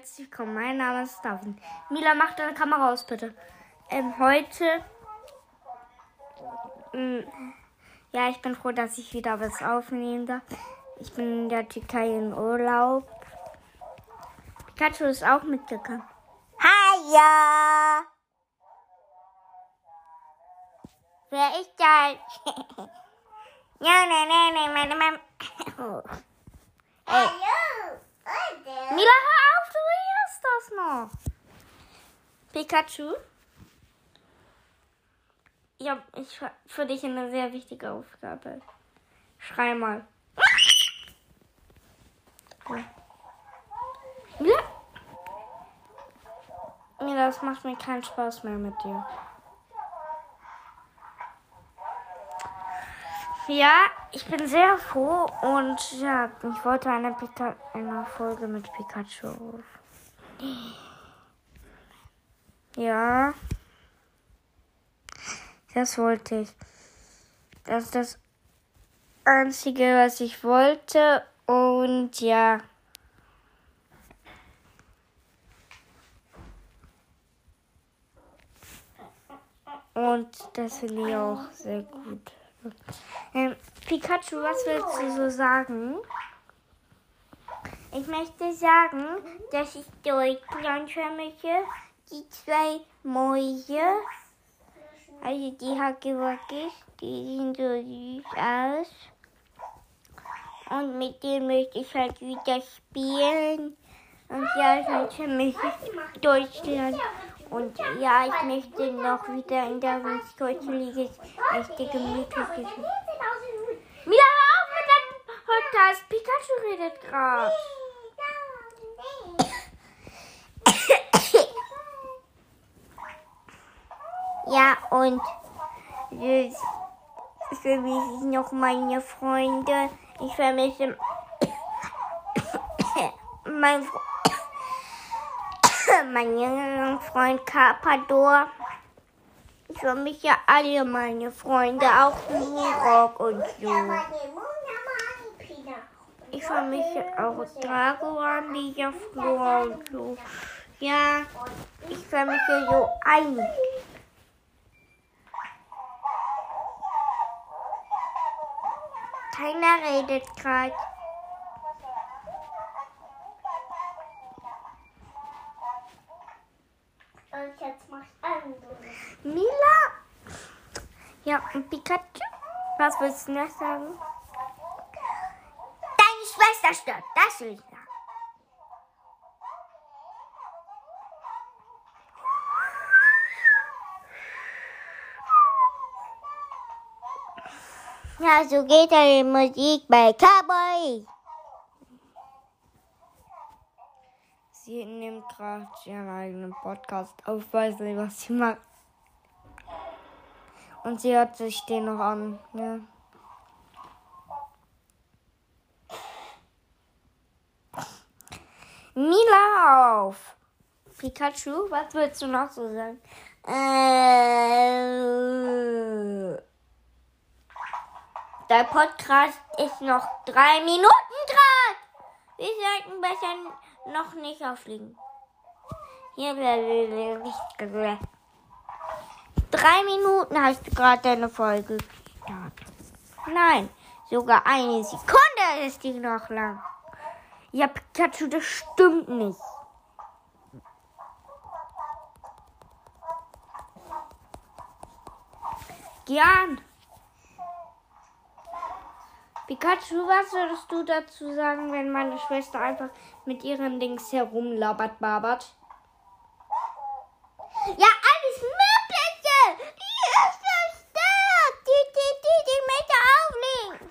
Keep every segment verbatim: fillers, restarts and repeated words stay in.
herzlich willkommen. Mein Name ist David. Mila, mach deine Kamera aus, bitte. Ähm, heute, mh, ja, ich bin froh, dass ich wieder was aufnehmen darf. Ich bin in der Türkei in Urlaub. Pikachu ist auch mitgekommen. Hallo! Wer ist das? Ja, nein, nein, nein, meine Mama. Hallo! Mila, hör auf, du hörst das noch. Pikachu? Ja, ich habe für dich eine sehr wichtige Aufgabe. Schrei mal. Ja. Mila? Mila, das macht mir keinen Spaß mehr mit dir. Ja, ich bin sehr froh und ja, ich wollte eine, Pika- eine Folge mit Pikachu. Ja, das wollte ich. Das ist das Einzige, was ich wollte und ja. Und das finde ich auch sehr gut. Ähm, Pikachu, was willst du so sagen? Ich möchte sagen, dass ich Deutschland vermisse. Die zwei Mäuse, also die Hackewackis, die sehen so süß aus. Und mit denen möchte ich halt wieder spielen. Und ja, ich vermisse Deutschland. Und ja, ich möchte noch wieder in der deutschen Liga echte gemütliche. Mila, hör auf mit deinem Podcast. Pikachu redet gerade. Ja, und ich vermisse noch meine Freunde. Ich vermisse mein Freund. Mein jüngeren Freund Carpador. Ich vermisse ja alle meine Freunde, auch Rock und so. Ich vermisse auch Dragoan, Lisa, Flor und so. Ja, ich vermisse so einige. Keiner redet gerade. Und jetzt mach ich andere. Mila? Ja, und Pikachu? Was willst du noch sagen? Deine Schwester stirbt, das will ich sagen. Ja, so geht ja die Musik bei Cowboy. Sie nimmt gerade ihren eigenen Podcast auf, weiß nicht, was sie macht. Und sie hört sich den noch an. Ja. Mila, auf! Pikachu, was willst du noch so sagen? Äh, der Podcast ist noch drei Minuten dran. Wir sollten besser noch nicht auffliegen. Hier, drei Minuten hast du gerade deine Folge gestartet. Nein, sogar eine Sekunde ist die noch lang. Ja, Pikachu, das stimmt nicht. Gern. Pikachu, was würdest du dazu sagen, wenn meine Schwester einfach mit ihren Dings herumlabert, babert? Ja, alles Mögliche! Die ist verstört! Die, die, die, die Meter auflegen!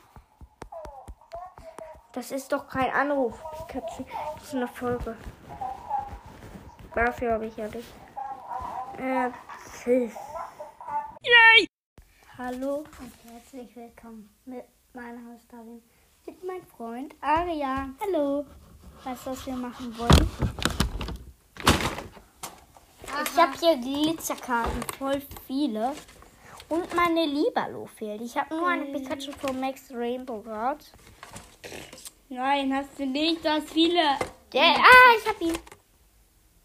Das ist doch kein Anruf, Pikachu. Das ist eine Folge. Dafür habe ich ja dich. Äh, tschüss. Yay! Hallo und herzlich willkommen mit meinem Haus Darin. Mit meinem Freund Aria. Hallo. Weißt du, was wir machen wollen? Aha. Ich habe hier Glitzerkarten, voll viele. Und meine Liberlo fehlt. Ich habe nur eine Pikachu von Max Rainbow gehabt. Nein, hast du nicht. Du hast viele. Der, ah, ich hab ihn.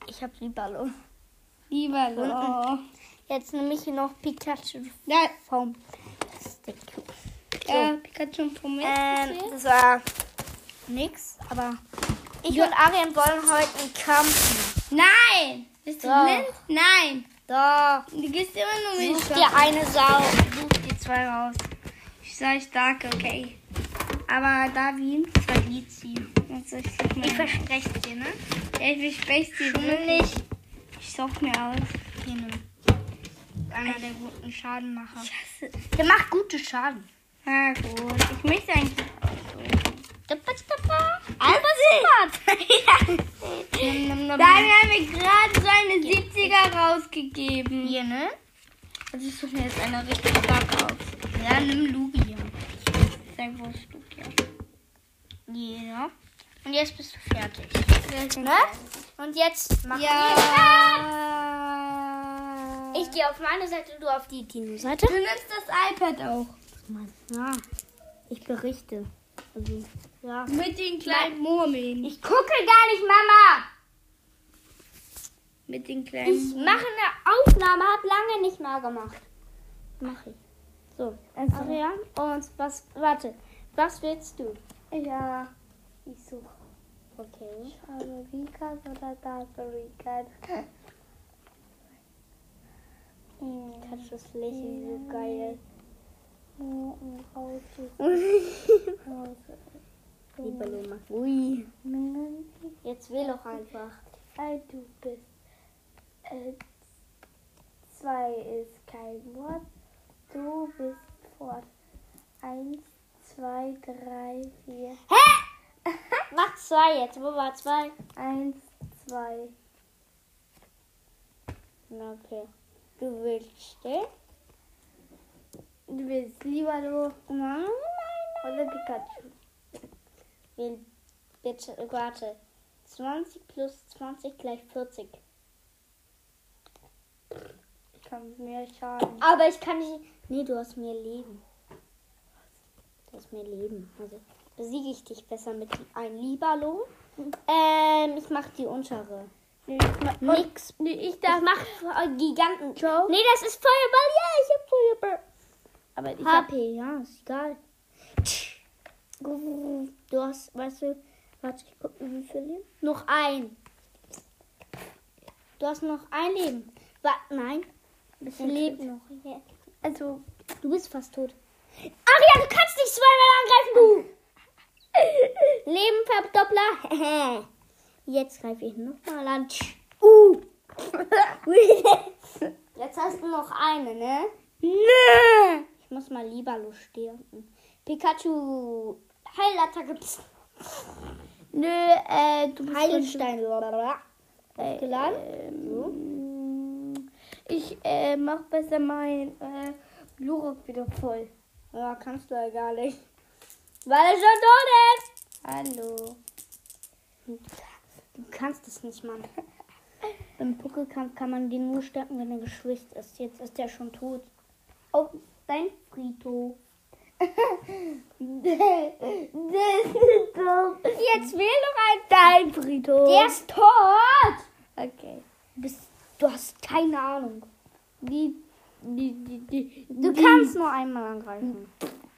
Ich hab Libalo. Libalo. Jetzt nehme ich hier noch Pikachu Ja, vom Stick. So. ja, Pikachu vom Ähm, das war nix, aber ich Ja. und Arian wollen heute einen Kampf. Nein! Bist du Doch. blind? Nein! Doch. Du gehst immer nur mit Such dir eine Sau. Such dir zwei raus. Ich sag stark, okay. Aber Davi, zwei Lizi. Was soll ich sag mal? Ich verspreche dir, ne? Ja, ich verspreche dir Schummel wirklich. nicht. Ich such mir aus. Hier, nimm. Einer der guten Schadenmacher. Scheiße. Der macht gute Schaden. Na gut, ich möchte eigentlich Dappa, dappa. Aber smart. Ja. Da haben wir gerade so eine siebziger rausgegeben. Hier, ne? Also ich suche mir jetzt eine richtig stark aus. Ja, nimm Lugia. Sag, wo ist Lugia? Ja. Und jetzt bist du fertig. Ne? Ne? Und jetzt mach Ja. ich. Ich gehe auf meine Seite, du auf die Tino-Seite. Du nimmst das iPad auch. Ja. Ich berichte. Also, ja. Mit den kleinen Murmeln. Ich gucke gar nicht, Mama. Mit den kleinen Ich mache eine Aufnahme, hab lange nicht mehr gemacht. Mach ich. So, Arian, und was, warte, was willst du? Ja, ich suche. Okay. Rikas oder Rikas? Kannst du das Lächeln so geil? Libalo macht. Ui. Jetzt wähl doch einfach. Du bist. Äh, zwei ist kein Wort. Du bist fort. Eins, zwei, drei, vier. Hä? Mach zwei jetzt. Wo war zwei? Eins, zwei. Na, okay. Du willst stehen? Du willst Libalo Nein, oder Pikachu? Wähl bitte, warte. zwanzig plus zwanzig gleich vierzig. Ich kann mehr Schaden. Aber ich kann nicht. Nee, du hast mehr Leben. Du hast mehr Leben. Also besiege ich dich besser mit einem Libalo. Ähm, ich mach die untere. Nee, ich mach, Nix. nee, ich Ich darf. mach Giganten. Joe? Nee, das ist Feuerball. Ja, ich hab Feuerball. Aber ich H hab, P, ja, ist egal. Du hast, weißt du, warte, ich guck mal, wie viel Leben? Noch ein. Du hast noch ein Leben. Warte, nein. Ich lebe noch. Ja. also, Du bist fast tot. Aria, du kannst nicht zweimal angreifen, du! Leben Verdoppler. Jetzt greife ich nochmal an. Uh. Jetzt hast du noch eine, ne? nö! Ich muss mal Libalo sterben. Pikachu. Heilattacke. Nö, äh, du bist Heilstein. Äh, Geladen? ähm, Ich äh, mach besser mein äh, Glurak wieder voll. Ja, kannst du ja gar nicht. Weil er schon tot ist. Hallo. Du kannst es nicht, Mann. Im Pokékampf kann man den nur stärken, wenn er geschwächt ist. Jetzt ist er schon tot. Oh, dein Friedhof. Jetzt wähl doch ein Dein Friedhof. Der ist tot. Okay. Du, bist, du hast keine Ahnung. Die, die, die, die, Du die. kannst nur einmal angreifen.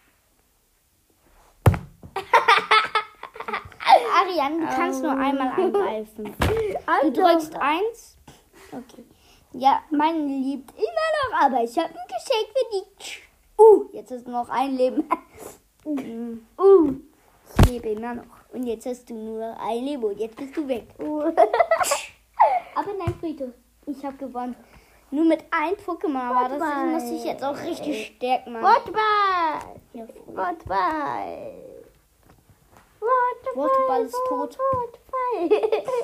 Arian, du kannst nur einmal angreifen. Du drückst eins. Okay. Ja, mein liebt immer noch, aber ich habe ein Geschenk für dich. Uh, jetzt ist noch ein Leben. Uh, ich lebe immer noch. Und jetzt hast du nur ein Leben und jetzt bist du weg. Uh. Aber nein, Friedhof, ich habe gewonnen. Nur mit einem Pokémon, aber das Goodbye. muss ich jetzt auch richtig stärken, Mann. Goodbye. Ja, Goodbye. Waterball ist tot. Goodbye.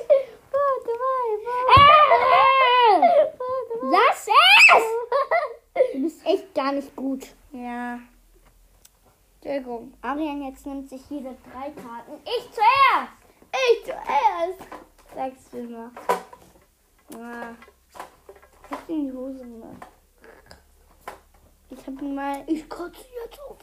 Goodbye. Lass es! Du bist echt gar nicht gut. Ja. Entschuldigung. Arian, jetzt nimmt sich jeder drei Karten. Ich zuerst! Ich zuerst. Sagst du mal. Ja. Ich hab in die Hose gemacht. Ich hab ihn mal. Ich kotze jetzt auf.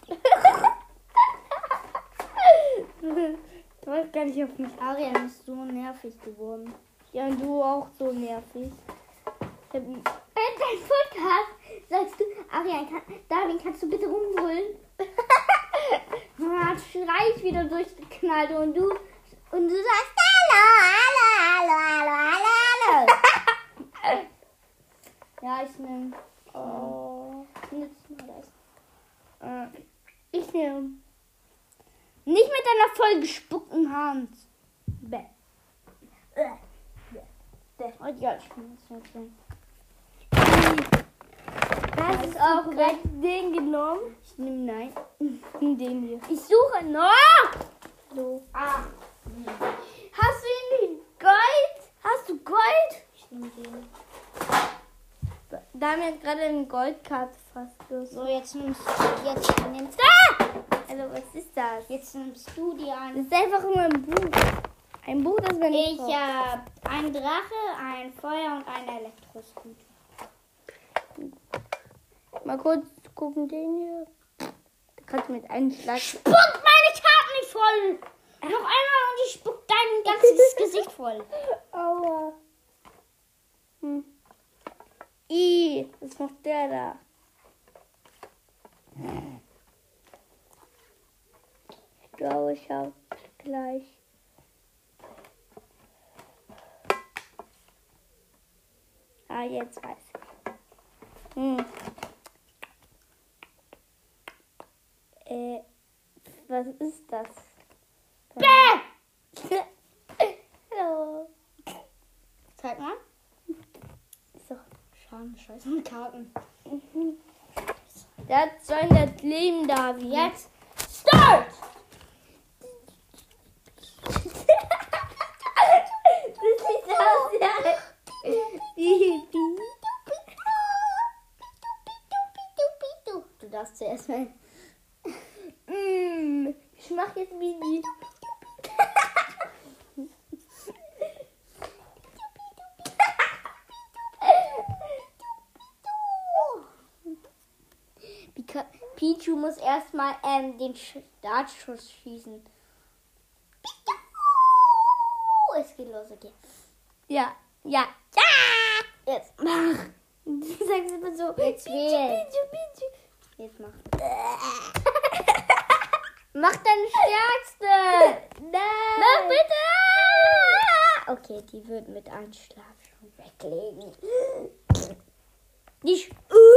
Du weißt gar nicht auf mich. Arian ist so nervig geworden. Ja, und du auch so nervig. Ich hab... In deinem Podcast sagst du, Arian, kann, David, kannst du bitte rumbrüllen? Dann schrei ich wieder durchgeknallt und du, und du sagst, hallo, hallo, hallo, hallo, hallo, hallo. Ja, ich nehme. Oh, jetzt mal das. Äh, ich nehme. Nicht mit deiner vollgespuckten Hand. Bäh. Oh ja, ich muss jetzt sein. Hast du auch recht den genommen? Ich nehme nein. Den hier. Ich suche noch. So. Ah. Hast du ihn Gold? Hast du Gold? Ich nehme den. Da haben wir jetzt gerade eine Goldkarte fast los. So, jetzt nimmst du. Jetzt nimmst du. Ah! Also, was ist das? Jetzt nimmst du die an. Das ist einfach nur ein Buch. Ein Buch, das wir nicht Ich habe einen Drache, ein Feuer und einen Elektroscoot. Mal kurz gucken, den hier. Da kannst du mit einem Schlag... Spuck meine Karten nicht voll! Noch einmal und ich spuck dein ganzes Gesicht voll. Aua. Hm. I, was macht der da? Ich glaube, ich habe gleich. Ah, jetzt weiß ich. Hm. Äh, was ist das? Bäh! Hallo. Zeig mal. Ist doch schade, scheiße. Und Karten. Das soll das Leben da wie. Jetzt start! Das sieht aus, ja. Du darfst zuerst mal. Mm, ich mach jetzt wie die. Pichu muss erstmal ähm, den Startschuss schießen. Es geht los, okay. Ja, ja, ja! Jetzt mach! Sagst du immer so. Jetzt wählen. Jetzt mach. Mach deine stärkste! Nein! Mach bitte! Okay, die wird mit einem Schlag schon weglegen. Nicht.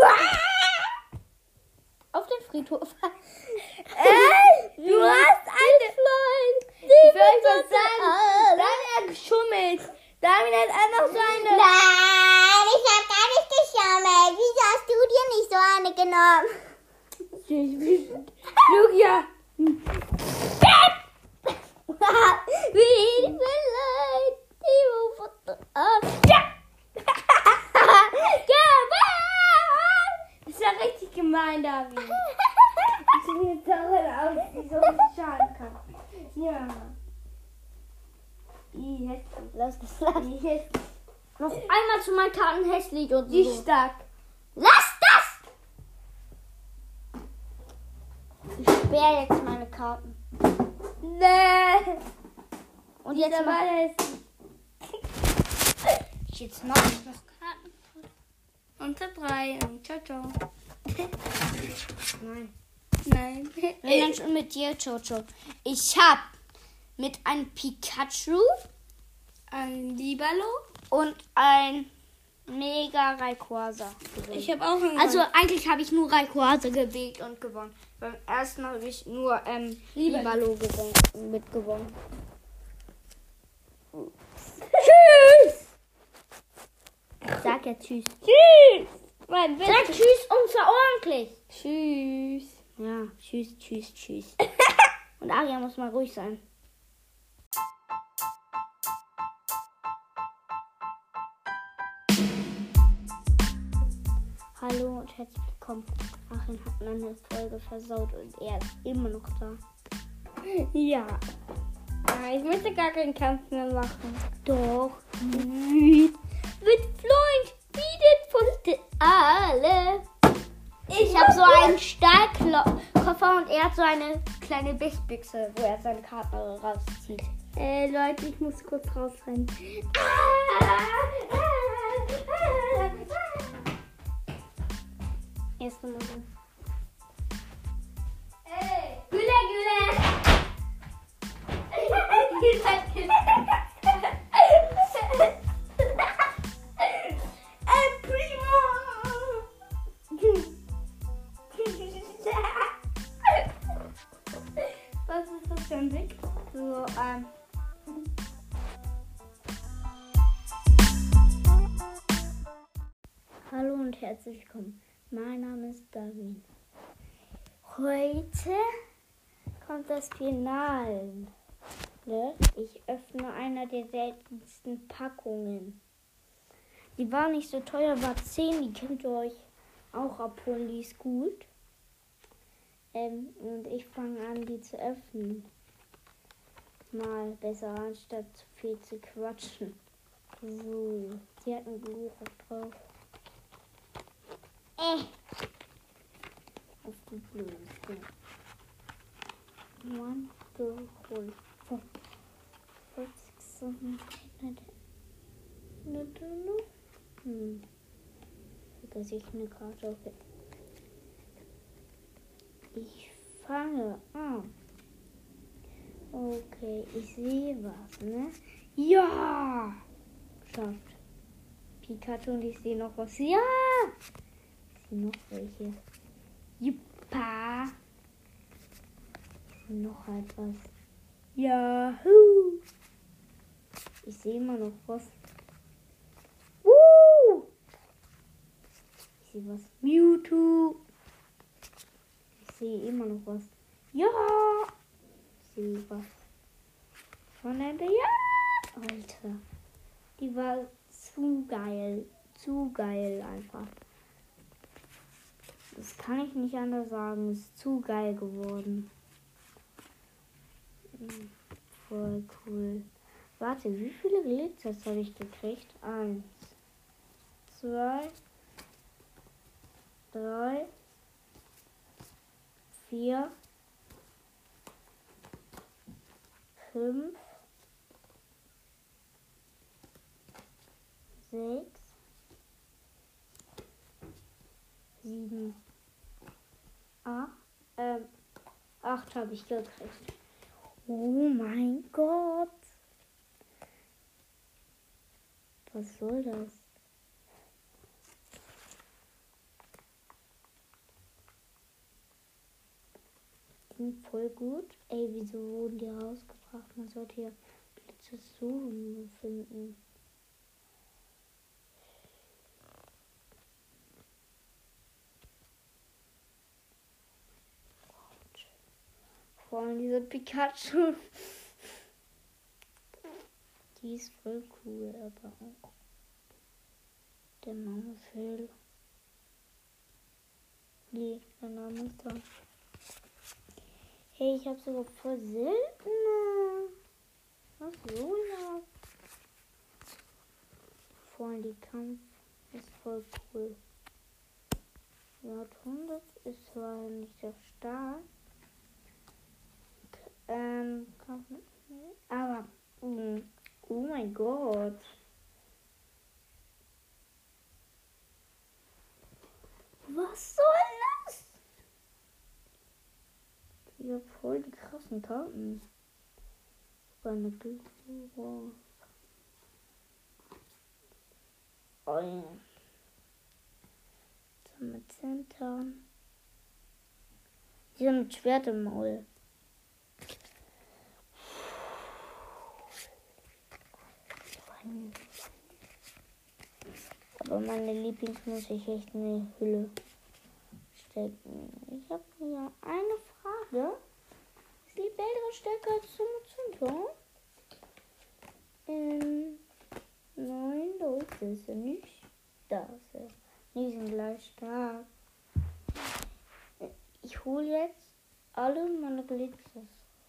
Auf den Friedhof. Ey, du hast eine Freund. Ich will euch was sagen. David hat geschummelt. David hat einfach so eine... Nein, ich hab gar nicht geschummelt. Wieso hast du dir nicht so eine genommen? Ich will... Lucia. Wie vielleicht die Foto ab. Ja! Das ist ja richtig gemein, David. Ich bin jetzt dauernd aus, wie so viel Schaden kann. Ja. Wie hässlich. Lass das, lass. Wie hässlich. Noch einmal zu meinen Karten hässlich und so. Die stark. Lass das! Ich sperre jetzt meine Karten. Nee. Und jetzt mal hässlich. Jetzt mache ich noch Karten. Unter drei und ciao, ciao. Nein. Nein. Wenn dann schon mit dir, Jojo. Ich hab mit einem Pikachu, ein Libalo und ein Mega Rayquaza gewonnen. Ich habe auch einen. Also eigentlich habe ich nur Rayquaza gewählt und gewonnen. Beim ersten habe ich nur ähm, Libalo gewonnen, mitgewonnen. Tschüss! Sag ja tschüss. Tschüss! Mann, sag tschüss und zwar ordentlich. Tschüss. Ja, tschüss, tschüss, tschüss. Und Aria muss mal ruhig sein. Hallo und herzlich willkommen. Achim hat meine Folge versaut und er ist immer noch da. Ja. Ja, ich möchte gar keinen Kampf mehr machen. Doch. Mit Freund, wie den alle. Ich habe so einen Stahlkoffer und er hat so eine kleine Blechbüchse, wo er seine Karten rauszieht. Äh, Leute, ich muss kurz rausrennen. Ah! Erste Mal so. Ey, Güle, Güle. Ihr seid Güle. El Primo. Was ist das für ein Blick? So, ähm. Hallo und herzlich willkommen. Mein Name ist Darwin. Heute kommt das Finale. Ich öffne einer der seltensten Packungen. Die war nicht so teuer, war zehn. Die könnt ihr euch auch abholen, die ist gut. Ähm, und ich fange an, die zu öffnen. Mal besser, anstatt zu viel zu quatschen. So, sie hat einen Geruch drauf. Äh. Auf die Blöße. One, two, three, four, five, six, seven, eight, nine, ten. Hm. Vergesse ich eine Karte. Okay. Ich fange an. Okay, ich sehe was, ne? Ja! Geschafft. Pikachu und ich sehe noch was. Ja! Ich sehe noch welche. Juppa! Ich sehe noch etwas. Yahoo! Ich sehe immer noch was. Uh! Ich sehe was. Mewtwo! Ich sehe immer noch was. Ja! Ich sehe was. Von Ende. Ja! Alter. Die war zu geil. Zu geil einfach. Das kann ich nicht anders sagen. Ist zu geil geworden. Voll cool. Warte, wie viele Glitzers habe ich gekriegt? Eins, zwei, drei, vier, fünf, sechs, sieben, acht, ähm, acht habe ich gekriegt. Oh mein Gott. Was soll das? Die sind voll gut. Ey, wieso wurden die rausgebracht? Man sollte hier Blitze suchen finden. Vor allem diese Pikachu. Die ist voll cool, aber auch der Name fehlt. Nee, der Name ist da. Hey, ich habe sogar voll seltene. Was so ja? Vor allem die Kampf ist voll cool. Ja, hundert ist zwar nicht so stark. Ähm, aber, mh, oh mein Gott. Was soll das? Ich hab voll die krassen Karten. Sogar eine Glühbirne. Oh ja. So mit Center. Die sind mit Schwert im Maul. Aber meine Lieblings muss ich echt in die Hülle stecken. Ich habe hier eine Frage. Ist die Bällere stärker als zum Zünder? Ähm, nein, da ist es ja nicht. Da ist er. Die sind gleich stark. Ich hole jetzt alle meine Glitzers.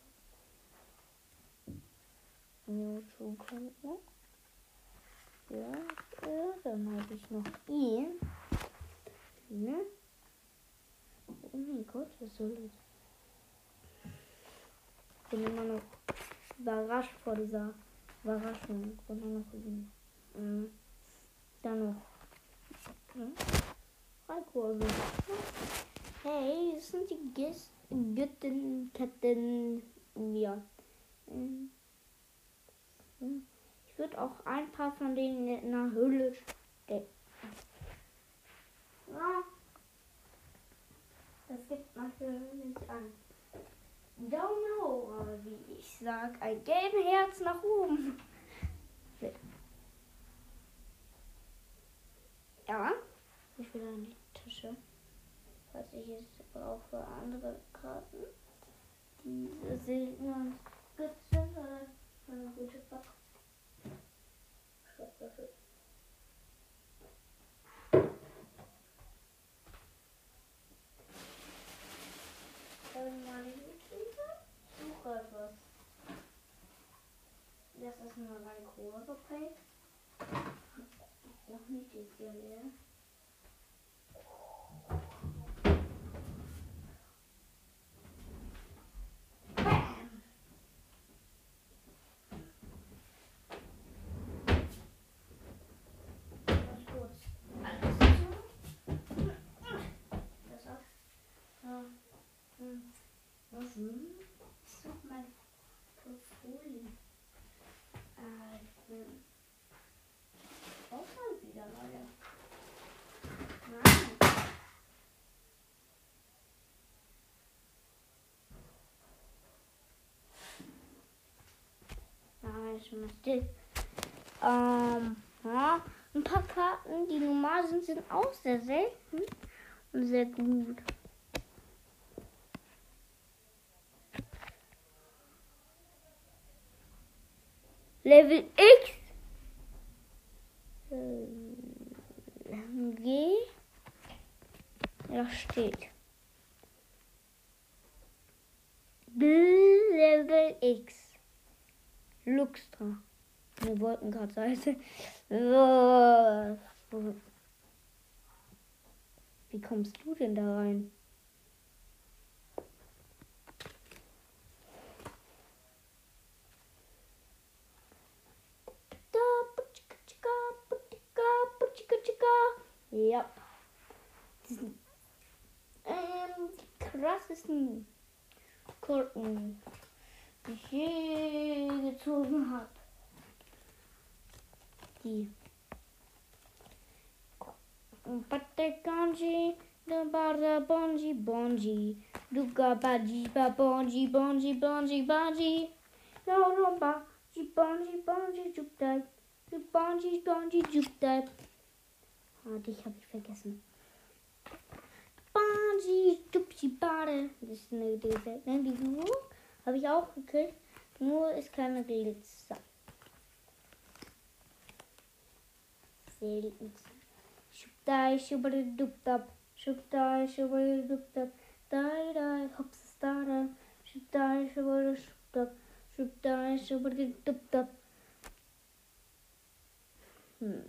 Mewtwo kommt noch. Ja, ja, dann habe ich noch ihn. Ne? Oh mein Gott, was soll das? Ich bin immer noch überrascht vor dieser Überraschung von einer Cousine. Mhm. Dann noch hm? drei Kurse. Hey, das sind die Gis Gütten, Ketten, ja. Mhm. Ich würde auch ein paar von denen in einer Höhle stecken. Ja, das gibt natürlich ein Daumen hoch, aber wie ich sag, ein gelbes Herz nach oben. Ja, ich will in die Tasche, falls ich es brauche für andere Karten. Diese seltenen gut sind oder eine gute Packung. Schwarzwürfel. Meine suche etwas. Das ist nur mein großer Pack. Noch nicht ist hier leer. Was ist doch mein Portfolio? Ah, ich bin auch mal wieder, Leute. Nein. Nein, ich möchte. Ähm, ja, ein paar Karten, die normal sind, sind auch sehr selten und sehr gut. Level X. G. Ja, steht. Level X. Luxtra. Eine Wolkenkratseite. Wie kommst du denn da rein? Ja. Ähm, die krassesten Karten, die ich je gezogen habe. Die. Patakanji, the bara bonji bonji, duga baji ba bonji bonji bonji bonji, no rumba, ji bonji bonji jukdai, ji bonji bonji jukdai. Ah, dich habe ich vergessen. Bonji jupsi bade. Das ist eine Idee. Nein, die Figur habe ich auch gekriegt. Nur ist keine Glitzer. Selten. Schubdai, schubari dubdab. Schubdai, schubari dubdab. Dai, dai, hops, dai. Schubdai, schubari schubdab. Schubdai, schubari dubdab. Hm.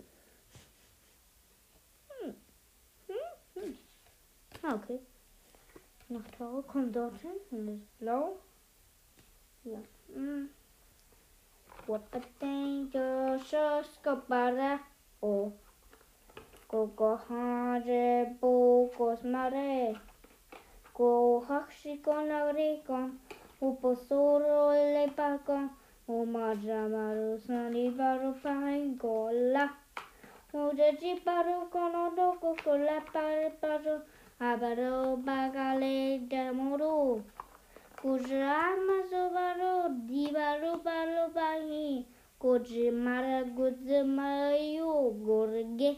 Hm. Hm. Hm. Ah, okay. Nach Tau kommt dorthin und ist blau. Ja. Mm. What a danger, Skobara. Oh. Gogo hare, bokos mare. Go hakshikon agrikon. Uposoro lepakon. Umajamaru sanibaru paingola. Ujaji paru kono doko kola pare paru. Abaro bagale damuru. Kujama sobaro dibaru baru bahi. Kujimara guzmayu gorge.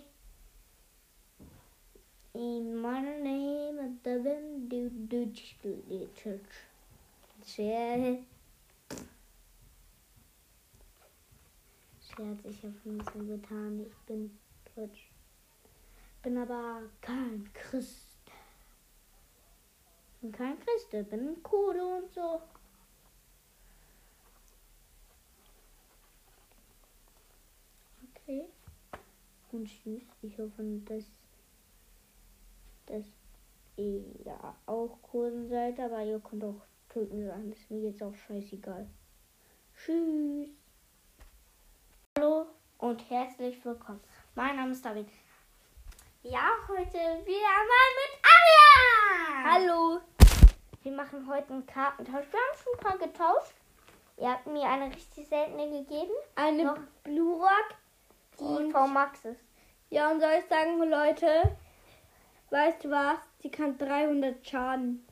In my name of the Bendu Church. Sehr. Scherz, ich habe nicht so getan. Ich bin deutsch. Bin aber kein Christ. Ich bin kein Christ, ich bin ein Kurde und so. Okay. Und tschüss. Ich hoffe, dass, dass ihr ja auch Kurden seid, aber ihr könnt auch Türken sein. Das ist mir jetzt auch scheißegal. Tschüss. Hallo. und herzlich willkommen. Mein Name ist David. Ja, heute wieder mal mit Aria. Hallo. Wir machen heute einen Kartentausch. Wir haben schon ein paar getauscht. Ihr habt mir eine richtig seltene gegeben. Eine Noch Blue Rock. die Und- V Max ist. Ja, und soll ich sagen, Leute, weißt du was? Die kann dreihundert Schaden.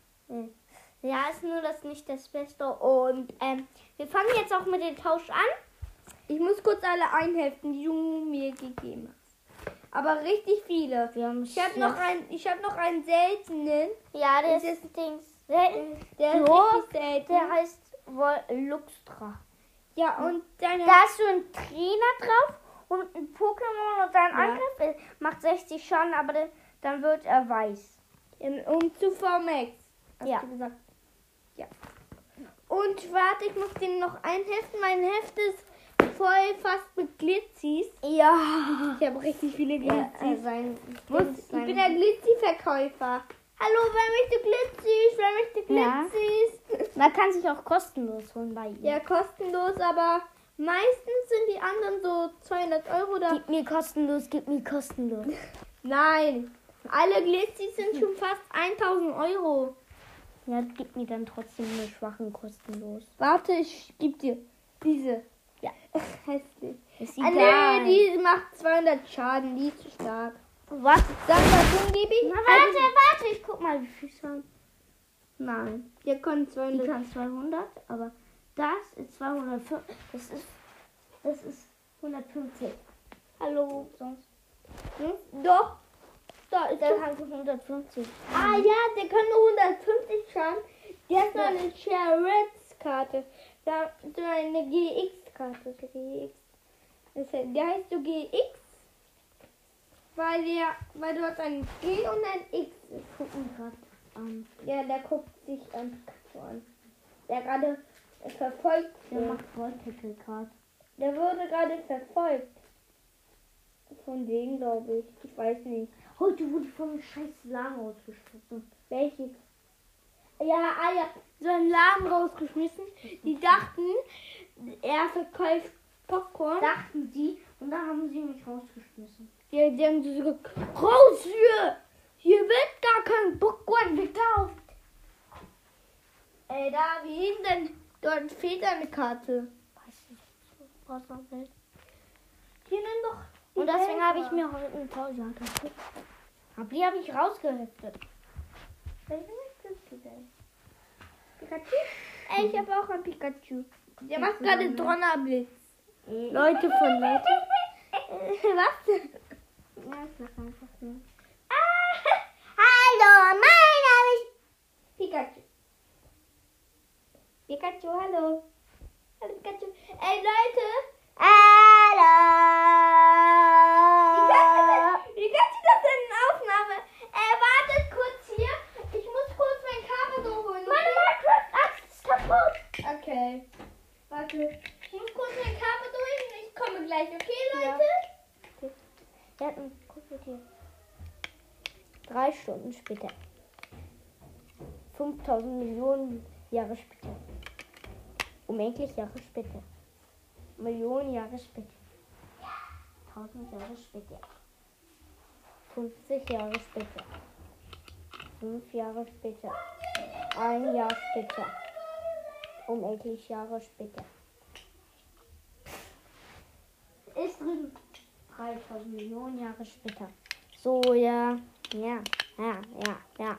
Ja, ist nur das nicht das Beste. Und ähm, wir fangen jetzt auch mit dem Tausch an. Ich muss kurz alle einheften, die du mir gegeben hast. Aber richtig viele. Wir haben Ich habe noch einen, ich habe noch einen seltenen. Ja, der Das ist Dings. selten. Der ist Jo, richtig selten. Der heißt wohl Luxtra. Ja, und deine. Da hast du einen Trainer drauf und ein Pokémon und dein Ja. Angriff äh, macht sechzig Schaden, aber de- dann wird er weiß. Und zu V Max. Hast Ja. du gesagt. Ja. Und warte, ich muss den noch einheften. Mein Heft ist voll fast mit Glitzis. Ja. Ich habe richtig viele ja Glitzis. äh, sein, Muss, Dings, ich sein- bin der Glitzi-Verkäufer. Hallo, wer möchte Glitzis? Wer möchte Ja. Glitzis? Man kann sich auch kostenlos holen bei ihm. Ja, kostenlos, aber meistens sind die anderen so zweihundert Euro da. Gib mir kostenlos, gib mir kostenlos. Nein, alle Glitzis sind schon fast tausend Euro. Ja, gib mir dann trotzdem eine schwachen kostenlos. Warte, ich geb dir diese. Ja. Hässlich. Ist Ah, egal. nee, die macht zweihundert Schaden, die ist zu stark. Was? Sag mal, so gebe ich. Na, warte, warte, ich guck mal, wie viel Schaden. Nein, wir können Die zweihundert. kann zweihundert, aber das ist zweihundertfünfzig. Das ist, das ist hundertfünfzig. Hallo. Sonst. Hm? Doch. Da ist Der doch. kann hundertfünfzig. Ah ja, der kann nur hundertfünfzig schaden. Der ist noch eine Share-Karte. Da so eine G X-Karte. So G X. Das heißt, der heißt so G X, weil der, weil dort ein G und ein X ist. Gucken gerade an. Ja, der guckt sich an. So an. Der gerade äh, verfolgt Der wird. macht Volltackle gerade. Der wurde gerade verfolgt. Von denen, glaube ich. Ich weiß nicht. Heute wurde ich von einem scheiß Laden rausgeschmissen. Welches? Ja, ah ja, so einen Laden rausgeschmissen. Die dachten, er verkauft Popcorn. Dachten sie und dann haben sie mich rausgeschmissen. Die, die haben so gesagt, raus hier! Hier wird gar kein Popcorn gekauft. Ey, da, wie hieß denn? Dort fehlt eine Karte. Weiß ich nicht, was er will. Hier nimm doch. die Und deswegen Helfer. habe ich mir heute eine Pause angeguckt. Aber die habe ich rausgeheftet. Welche möchtest du denn? Pikachu? Ey, ich habe auch einen Pikachu. Der macht gerade Donnerblitz. Leute von Leute. Was? Ja, ich mach einfach nur. Hallo, mein Name ist Pikachu. Pikachu, hallo. Hallo Pikachu. Ey Leute, Hallo! wie kannst du das denn in Aufnahme? Äh, wartet kurz hier. Ich muss kurz mein Kabel so holen. Meine Minecraft-Axt ist kaputt. Okay. Warte. Ich muss kurz mein Kabel durch und ich komme gleich. Okay, Ja. Leute? Ja, dann guck mal hier. Drei Stunden später. fünftausend Millionen Jahre später. Unendlich Jahre später. Millionen Jahre später. tausend Jahre später. fünfzig Jahre später. fünf Jahre später. Ein Jahr später. Unendlich Jahre später. Ist drin. dreitausend Millionen Jahre später. So, ja. Ja, ja, ja, ja.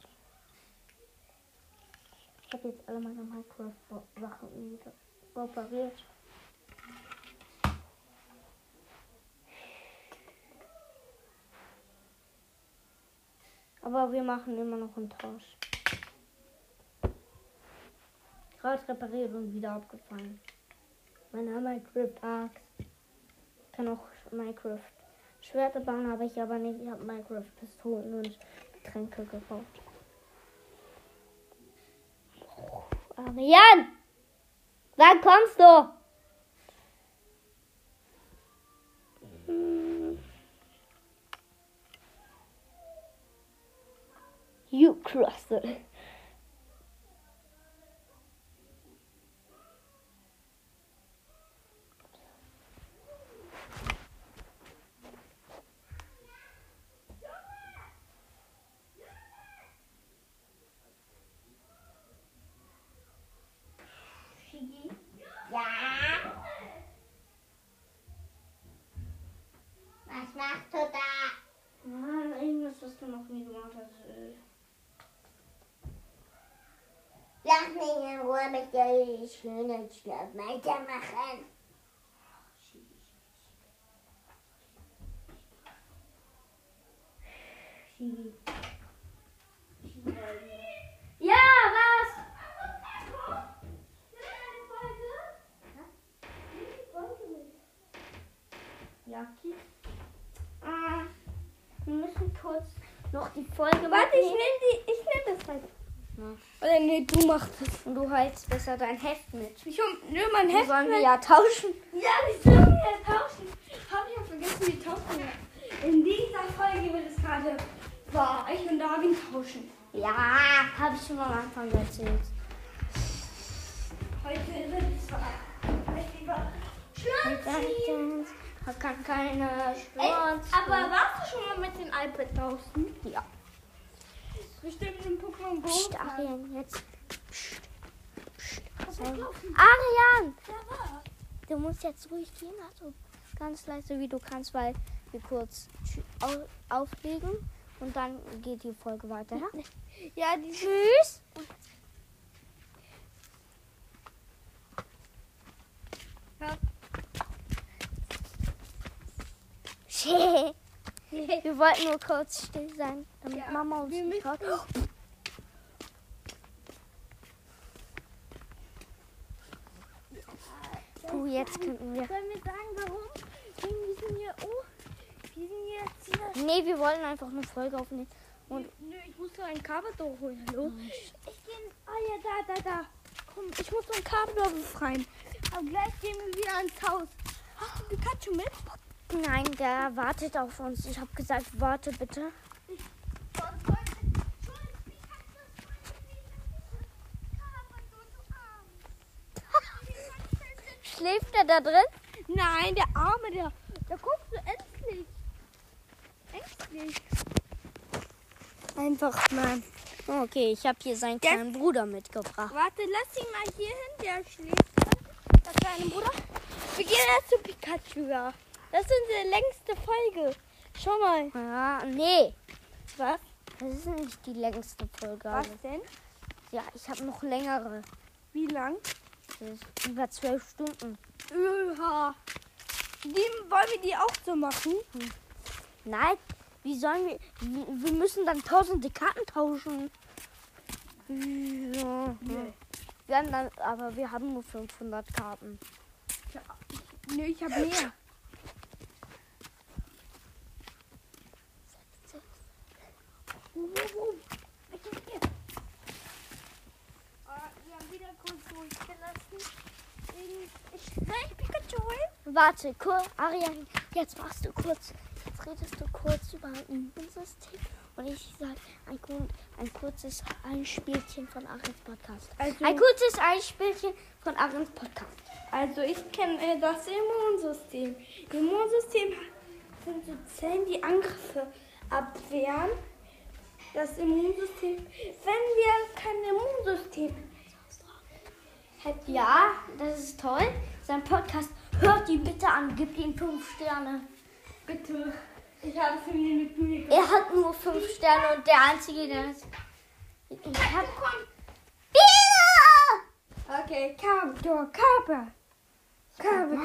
Ich habe jetzt alle meine Minecraft-Sachen wieder repariert. Aber wir machen immer noch einen Tausch. Gerade repariert und wieder abgefallen. Meine Minecraft-Axt. Ich kann auch Minecraft Schwerter bauen, habe ich aber nicht. Ich habe Minecraft Pistolen und Getränke gebaut. Arian! Wann kommst du? Hm. You Crustle. Vater will. Lass mich in Ruhe mit der schönen Schlaf weitermachen. Ja, was? Ja, okay. Ah, wir müssen kurz noch die Folge Warte, ich machen. nehme die, ich nehme das halt. Ja. Oder nee, du machst es. Und du hältst besser dein Heft mit. Ich hol- nehme mein Die Heft sollen wir mit. ja tauschen. Ja, die sollen wir ja tauschen. Hab ich ja vergessen, die tauschen wir. In dieser Folge wird es gerade wahr. Ich und Darwin tauschen. Ja, habe ich schon am Anfang erzählt. Heute wird es wahr. Ich lieber Schlüssi. Man kann keine Ey, Sturz. aber warst du schon mal mit dem iPad draußen? Ja. Bestimmt im Pokémon Go. Psst, Arian, jetzt. Psst. Psst. Was ist gelaufen? Arian! Ja, war. Du musst jetzt ruhig gehen, also ganz leise wie du kannst, weil wir kurz tschü- au- auflegen und dann geht die Folge weiter. Ja? Ja, die Tschüss! Ja. Wir wollten nur kurz still sein, damit Ja, Mama uns wir nicht hört. Puh, jetzt könnten wir. Sollen wir sagen, warum? Wegen wir sind hier, oh, wir sind jetzt hier. Nee, wir wollten einfach eine Folge aufnehmen. Und Nö, ich muss so ein Kabel holen. Hallo? Ich gehe. Ah ja, da, da, da. Komm, ich muss so ein Kabel befreien. Aber gleich gehen wir wieder ans Haus. Hast du Pikachu mit? nein, der wartet auf uns. Ich habe gesagt, warte bitte. Schläft er da drin? Nein, der Arme, der. Da guckst du ängstlich. Ängstlich. Einfach mal. Okay, ich habe hier seinen kleinen Bruder mitgebracht. Warte, lass ihn mal hier hin. Der schläft gerade. Der kleine Bruder. Wir gehen erst zu Pikachu, ja. Das ist unsere längste Folge. Schau mal. Ja, nee, Was? das ist nicht die längste Folge. Was denn? Ja, ich habe noch längere. Wie lang? Das ist über zwölf Stunden. Ja. Die, wollen wir die auch so machen? Nein, wie sollen wir... Wir wir müssen dann tausende Karten tauschen. Ja. Wir haben dann, aber wir haben nur fünfhundert Karten. Nö, ich habe mehr. Wir haben wieder kurz ruhig gelassen. Ich will Pikachu holen. Warte, kurz, Arian, jetzt machst du kurz, jetzt redest du kurz über ein Immunsystem und ich sage ein, kur- ein kurzes Einspielchen von Arians Podcast. Also, Ein kurzes Einspielchen von Arians Podcast. also ich kenne äh, das Immunsystem. Immunsystem sind so Zellen, die Angriffe abwehren. Das Immunsystem, wenn wir kein Immunsystem hätten. Ja, das ist toll. Sein Podcast, hört ihn bitte an, gib ihm fünf Sterne. Bitte. Ich habe es mir mit mir gemacht. Er hat nur fünf Sterne und der Einzige, der ist... Ich hab... Okay, Kabel, Kabel. Kabel.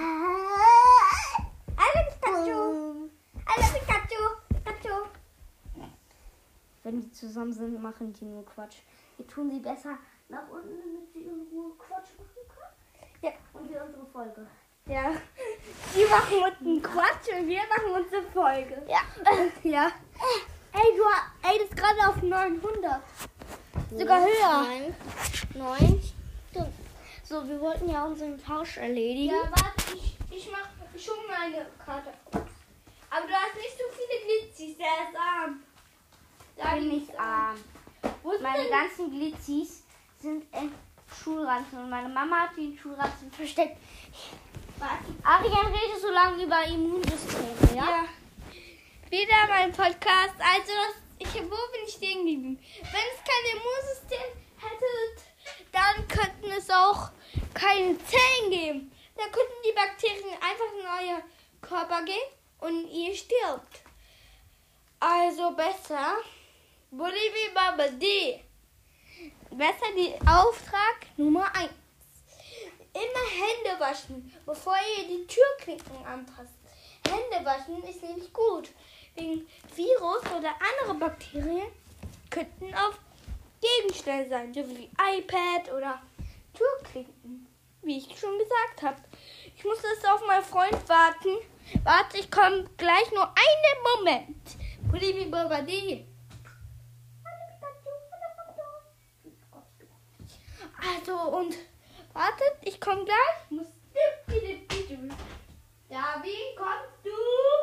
Alle Pikachu. Alle Pikachu. Pikachu. Wenn die zusammen sind, machen die nur Quatsch. Wir tun sie besser nach unten, damit sie in Ruhe Quatsch machen können. Ja. Und wir unsere Folge. Ja. Die machen uns einen Quatsch und wir machen unsere Folge. Ja. Ja. Ey, du hast, ey, das ist gerade auf neunhundert. Sogar höher. Nein. Neun. Stimmt. So, wir wollten ja unseren Tausch erledigen. Ja, warte, ich, ich mach schon meine Karte. Aber du hast nicht so viele Glitzis, der ist arm. Da bin ich arm. Wo ist Meine denn? ganzen Glitzis sind in Schulranzen und meine Mama hat die in Schulranzen versteckt. Warte. Arian redet so lange über Immunsysteme, ja? Ja. Wieder mein Podcast. Also, das, ich, wo bin ich stehen geblieben? Wenn es kein Immunsystem hätte, dann könnten es auch keine Zellen geben. Dann könnten die Bakterien einfach in euer Körper gehen und ihr stirbt. Also besser, Bolibi Babadi. Besser die Auftrag Nummer eins. Immer Hände waschen, bevor ihr die Türklinken anpasst. Hände waschen ist nämlich gut. Wegen Virus oder andere Bakterien könnten auf Gegenstände sein, so wie iPad oder Türklinken, wie ich schon gesagt habe. Ich muss jetzt auf meinen Freund warten. Warte, ich komme gleich nur einen Moment. Bolibi Babadi. Also und wartet, ich komme gleich. Muss David, kommst du?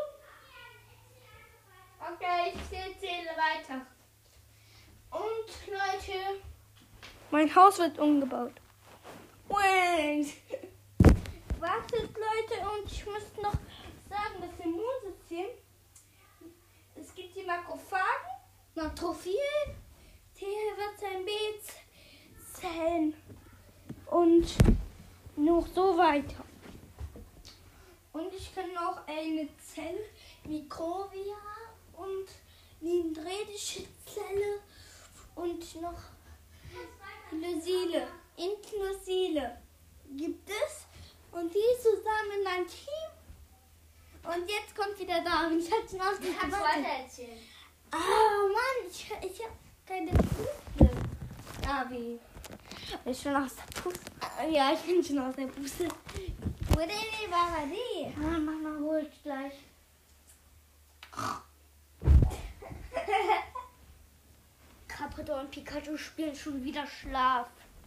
Okay, ich zähle weiter. Und Leute, mein Haus wird umgebaut. Wait. Wartet Leute, und ich muss noch sagen, das Immunsystem, es gibt die Makrophagen, Neutrophilen, T-Helfer-Zellen, B-Zellen und noch so weiter. Und ich kann noch eine Zelle, Mikrobia und dendritische Zelle und noch Inklusile. Inklusile gibt es. Und die zusammen in ein Team. Und jetzt kommt wieder David. Ich hatte noch die Kannst du weiter erzählen? Ah, Mann, ich, ich habe keine Puste. David. Ich bin aus der Puste. Ja, ich bin schon aus der Puste. Wo denn die war die? Ah, Mama holt gleich. Carpador und Pikachu spielen schon wieder Schlaf.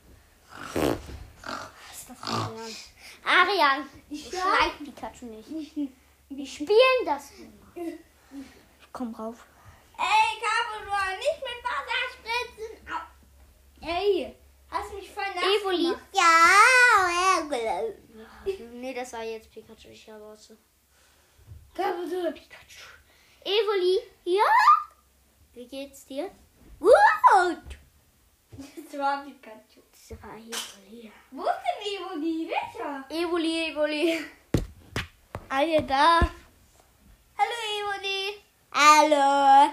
Was ist das für Arian? Arian, ich schlag Pikachu nicht. Wir spielen das immer. Komm rauf. Ey, Carpador, nicht mit Wasser spritzen. Au. Ey, hast du mich voll nass Evoli. gemacht? Ja. Nee, das war jetzt Pikachu. Ich habe auch so. Carpador, Pikachu. Evoli. Ja? Wie geht's dir? Gut. Das war Pikachu. Das war Evoli. Wo ist denn Evoli? Welcher? Evoli, Evoli. Alle da. Hallo Evoli. Hallo.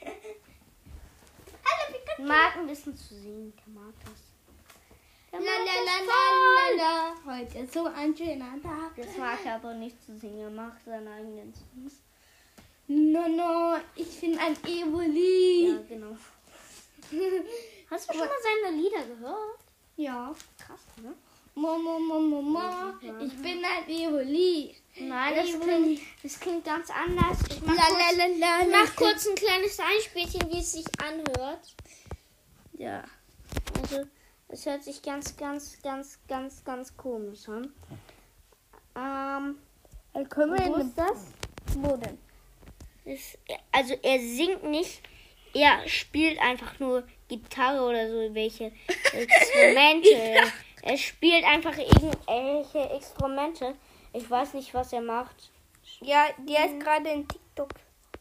Hallo Pikachu. Mag ein bisschen zu singen. Der mag das. Der La mag la das la voll. la la. Heute ist so ein schöner Tag. Das mag er aber nicht zu singen. Er macht seine eigenen Songs. No, no, ich bin ein Evoli. Ja, genau. Hast du schon mal seine Lieder gehört? Ja. Krass, ne? Mo, mo, mo, mo, mo. Ich bin ein Evoli. Nein, das Evoli. klingt, das klingt ganz anders. Ich mach, La, kurz, la, la, la, ich la. mach kurz ein kleines Einspielchen, wie es sich anhört. Ja. Also, es hört sich ganz, ganz, ganz, ganz, ganz komisch an. Ähm, Können wir wo in ist das? Wo denn? Ist, also, er singt nicht. Er spielt einfach nur Gitarre oder so welche Instrumente. Er spielt einfach irgendwelche Instrumente. Ich weiß nicht, was er macht. Ja, der ist gerade in TikTok.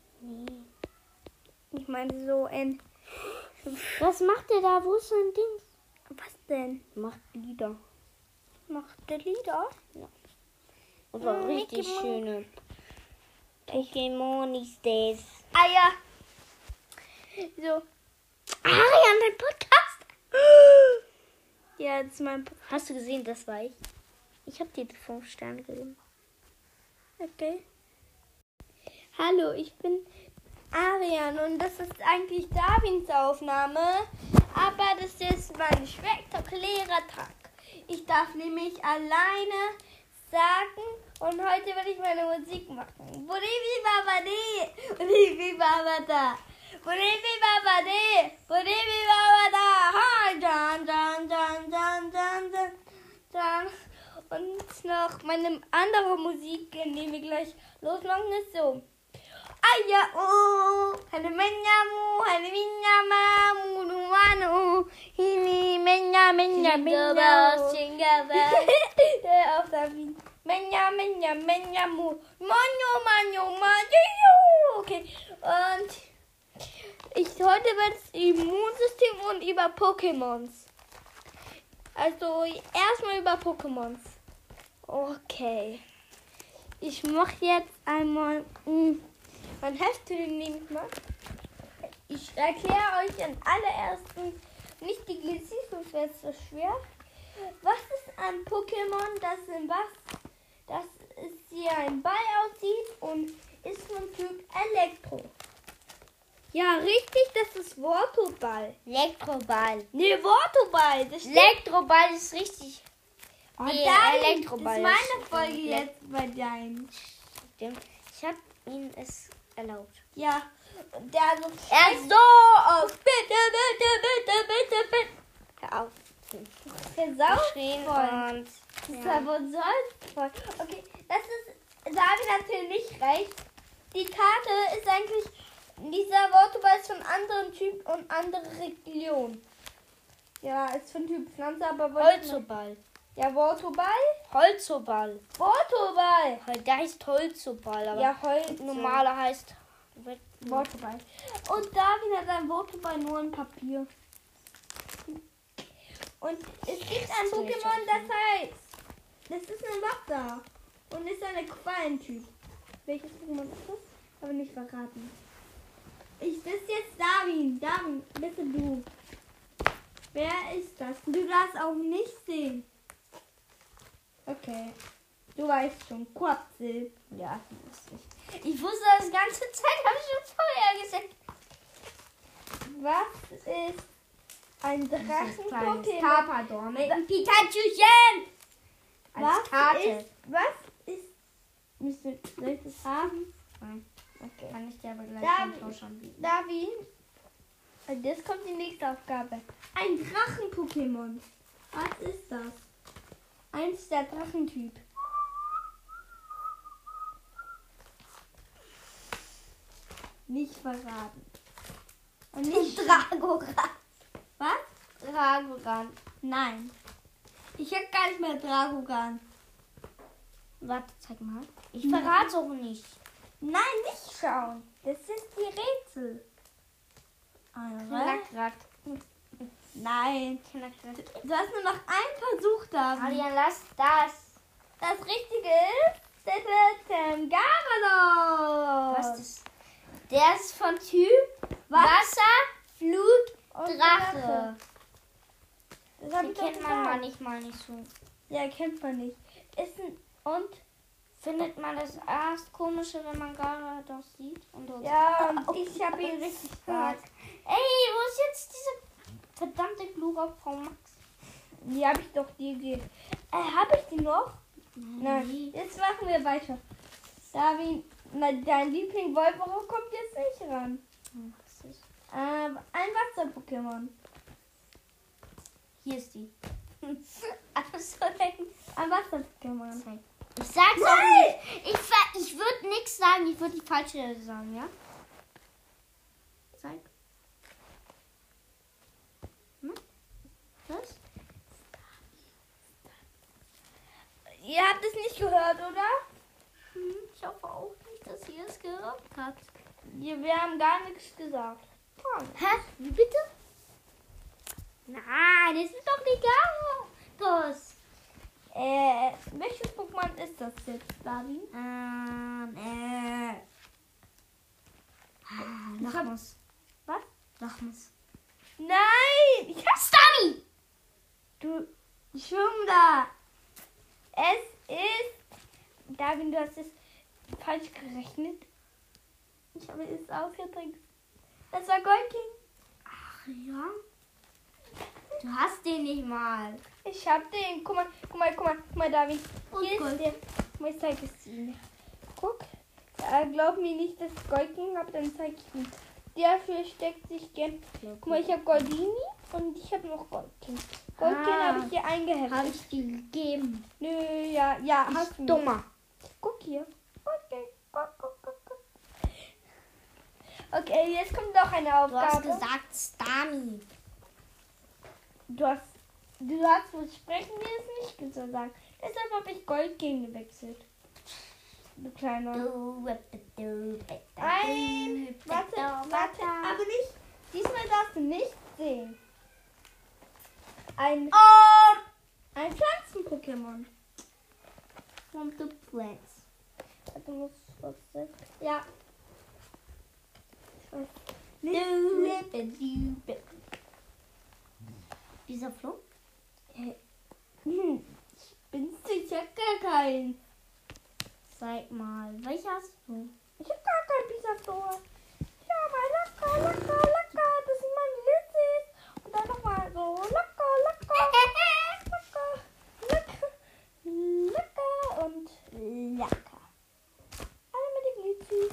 Ich meine so ein... Was macht er da? Wo ist sein Ding? Was denn? Macht Lieder. Macht der Lieder? Und war Mm, richtig Mickey Mouse. schöne Pokémon ist das. Ah ja. So. Arian, dein Podcast? Ja, das ist mein... Hast du gesehen, das war ich? Ich habe dir die fünf Sterne gegeben. Okay. Hallo, ich bin Arian und das ist eigentlich Darwins Aufnahme, aber das ist mein spektakulärer Tag. Ich darf nämlich alleine sagen und heute will ich meine Musik machen. Buribi Babadi, Buribi Babada, Buribi Babadi, Buribi Babada, ha, Jan, Jan, Jan, Jan, Jan, Jan, Jan. Und noch meine andere Musik, die wir gleich losmachen, ist so. Aya, oh, eine Menyamu, eine Minyama, Munuanu, Himi, Menya, Menya, Menya. Auf der Wien. Menya, Menya, Menyamu, Manyo, Manyo, Manyo. Okay, und ich heute wird es Immunsystem und über Pokémons. Also erstmal über Pokémons. Okay. Ich mache jetzt einmal mh, mein Heft, nehme ich mal. Ich erkläre euch an allerersten nicht die Glizzy-Fünf, wäre es so schwer. Was ist ein Pokémon, das in was? Das ist hier ein Ball aussieht und ist vom Typ Elektro. Ja, richtig, das ist Vortoball. Elektroball. Nee, Vortoball. Das steht. Elektroball ist richtig. Oh, Nee, David, Elektroball das ist ist- meine Folge jetzt bei deinem. Stimmt. Ich habe ihm es erlaubt. Ja, und der so. Er ist so auf. Bitte, bitte, bitte, bitte, bitte. Hör auf. Der Sau Geschrien voll. und Das ja. ist aber so voll. Okay, das ist. David natürlich nicht recht. Die Karte ist eigentlich. Dieser Wortoball ist von anderen Typ und andere Region. Ja, ist von Typ Pflanze, aber Holzoball. Ja, Wortoball? Holzoball. Wortoball! Der heißt Holzoball, aber Ja, Holz. normaler heißt Wortoball. Und David hat ein Wortoball nur in Papier. Und es gibt ein So, ich Pokémon, hab- das heißt. Das ist ein Wasser. Und ist ein Quallentyp. Welches Pokémon ist das? Aber nicht verraten. Ich das ist jetzt David. David, bitte du. Wer ist das? Du darfst auch nicht sehen. Okay. Du weißt schon. Quapsel. Ja, das ist nicht. Ich wusste das die ganze Zeit, habe ich schon vorher gesagt. Was ist ein Drachen-Pokémon? Carpador mit einem Pikachuchen. Was Als Karte. ist, was ist, müsste, soll ich das haben? Nein, Okay. kann ich dir aber gleich Da- den Tausch anbieten. David, jetzt kommt die nächste Aufgabe. Ein Drachen-Pokémon. Was ist das? Eins der Drachentyp. Nicht verraten. Und nicht Dragoran. was? Dragoran. Nein. Ich hab gar nicht mehr Dragogan. Warte, zeig mal. Ich verrate auch nicht. Nein, nicht schauen. Das sind die Rätsel. Alright. Knackrack. Nein. Knackrack. Du hast nur noch einen Versuch da. Adrian, lass das. Das Richtige ist Garados. Was ist das? Der ist von Typ Wasser, Flut, Und Drache. Das hab Den ich doch kennt man gesagt. manchmal nicht so. Ja, kennt man nicht. Ist ein und Findet man das erst komische, wenn man Garados sieht? Und dort ja, und ich habe ihn richtig stark. Ey, wo ist jetzt diese verdammte Glura-Frau Max? Die habe ich doch dir gegeben. Äh, habe ich die noch? Nein. Jetzt machen wir weiter. David, na, dein Liebling Wolfero kommt jetzt nicht ran. Was ist? Ähm, ein Wasser-Pokémon. Hier ist die. Alles so denken. Ein Wasser-Pokémon. Zeig. Ich sag's auch nicht. Ich, ver- ich würde nichts sagen. Ich würde die falsche sagen, ja? Zeig. Hm? Was? Ihr habt es nicht gehört, oder? Hm, ich hoffe auch nicht, dass ihr es gehört habt. Wir, wir haben gar nichts gesagt. Hä? Wie bitte? Nein, das ist doch die Garados. Äh, welches Pokémon ist das jetzt, David? Ähm, äh. Ah, Lachmus. Was? Lachmus. Nein! Ich hab Stunny! Du Schwimm da! Es ist. David, du hast es falsch gerechnet. Ich habe es ausgedrückt. Das war Goldking. Ach ja? Du hast den nicht mal. Ich hab den. Guck mal, guck mal, guck mal, guck mal, David. Und Hier Gold. ist der. Guck mal, ich zeig es Ihnen. Guck. Äh, glaub mir nicht, dass ich Goldking habe, dann zeig ich ihn. Dafür steckt sich gern. Guck mal, ich habe Goldini und ich habe noch Goldking. Goldking Ah. habe ich hier eingeheftet. Habe ich dir gegeben. Nö, ja, ja, hast du. mir. Dummer. Guck hier. Okay, guck, guck, guck, guck. Okay, jetzt kommt noch eine Du hast Aufgabe. gesagt Stani. Du hast, du hast wohl sprechen mir es nicht gesagt. Deshalb habe ich Goldking gewechselt. Du kleiner. Du, du, Ein, warte, warte, aber nicht. Diesmal darfst du nicht sehen. Ein, Oh! ein Pflanzen-Pokémon. From the plants. Warte, muss was sagen. Ja. Ich weiß. Dieser Flo? Äh, hm, ich bin sicher gar keinen. Zeig mal, welcher hast du? Ich hab gar keinen Pizza-Flor. Ja, mal locker, locker, locker. Das sind meine Litzis. Und dann nochmal so locker, locker, locker, locker, locker und locker. Alle mit den Litzis.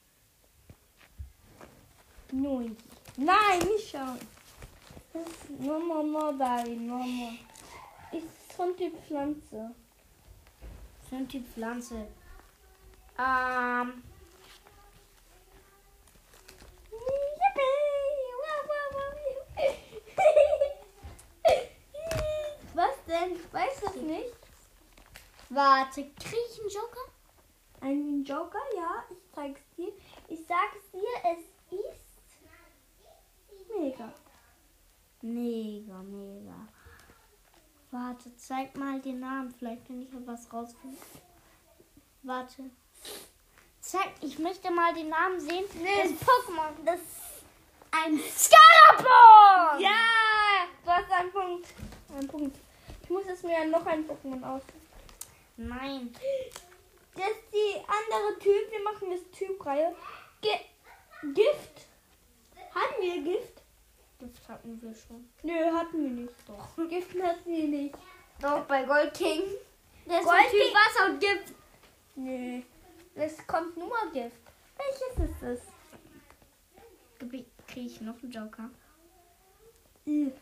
Neun. Nein, nicht schauen. Das ist nur Mama bei Mama. Ist von Typ Pflanze. Von Typ Pflanze. Ähm. Was denn? Weißt du das nicht? Warte, krieg ich einen Joker? Ein Joker, ja, ich zeig's dir. Ich sag's dir, es ist mega. Mega, mega. Warte, zeig mal den Namen. Vielleicht kann ich ja was rausfinden. Warte. Zeig, ich möchte mal den Namen sehen. Nee, Das Pokémon. Das Ein Scarabon! Ja, du hast einen Punkt. Ein Punkt. Ich muss jetzt mir noch ein Pokémon aus. Nein. Das ist die andere Typ. Wir machen jetzt Typreihe. Ge Gift. Hatten wir Gift? Das hatten wir schon. Nö, hatten wir nicht. Doch. Gift hatten wir nicht. Doch, bei Gold King. Das ist Gold ein Typ King. Wasser und Gift. Nö. Es kommt nur Gift. Welches ist es? Kriege ich noch einen Joker? I.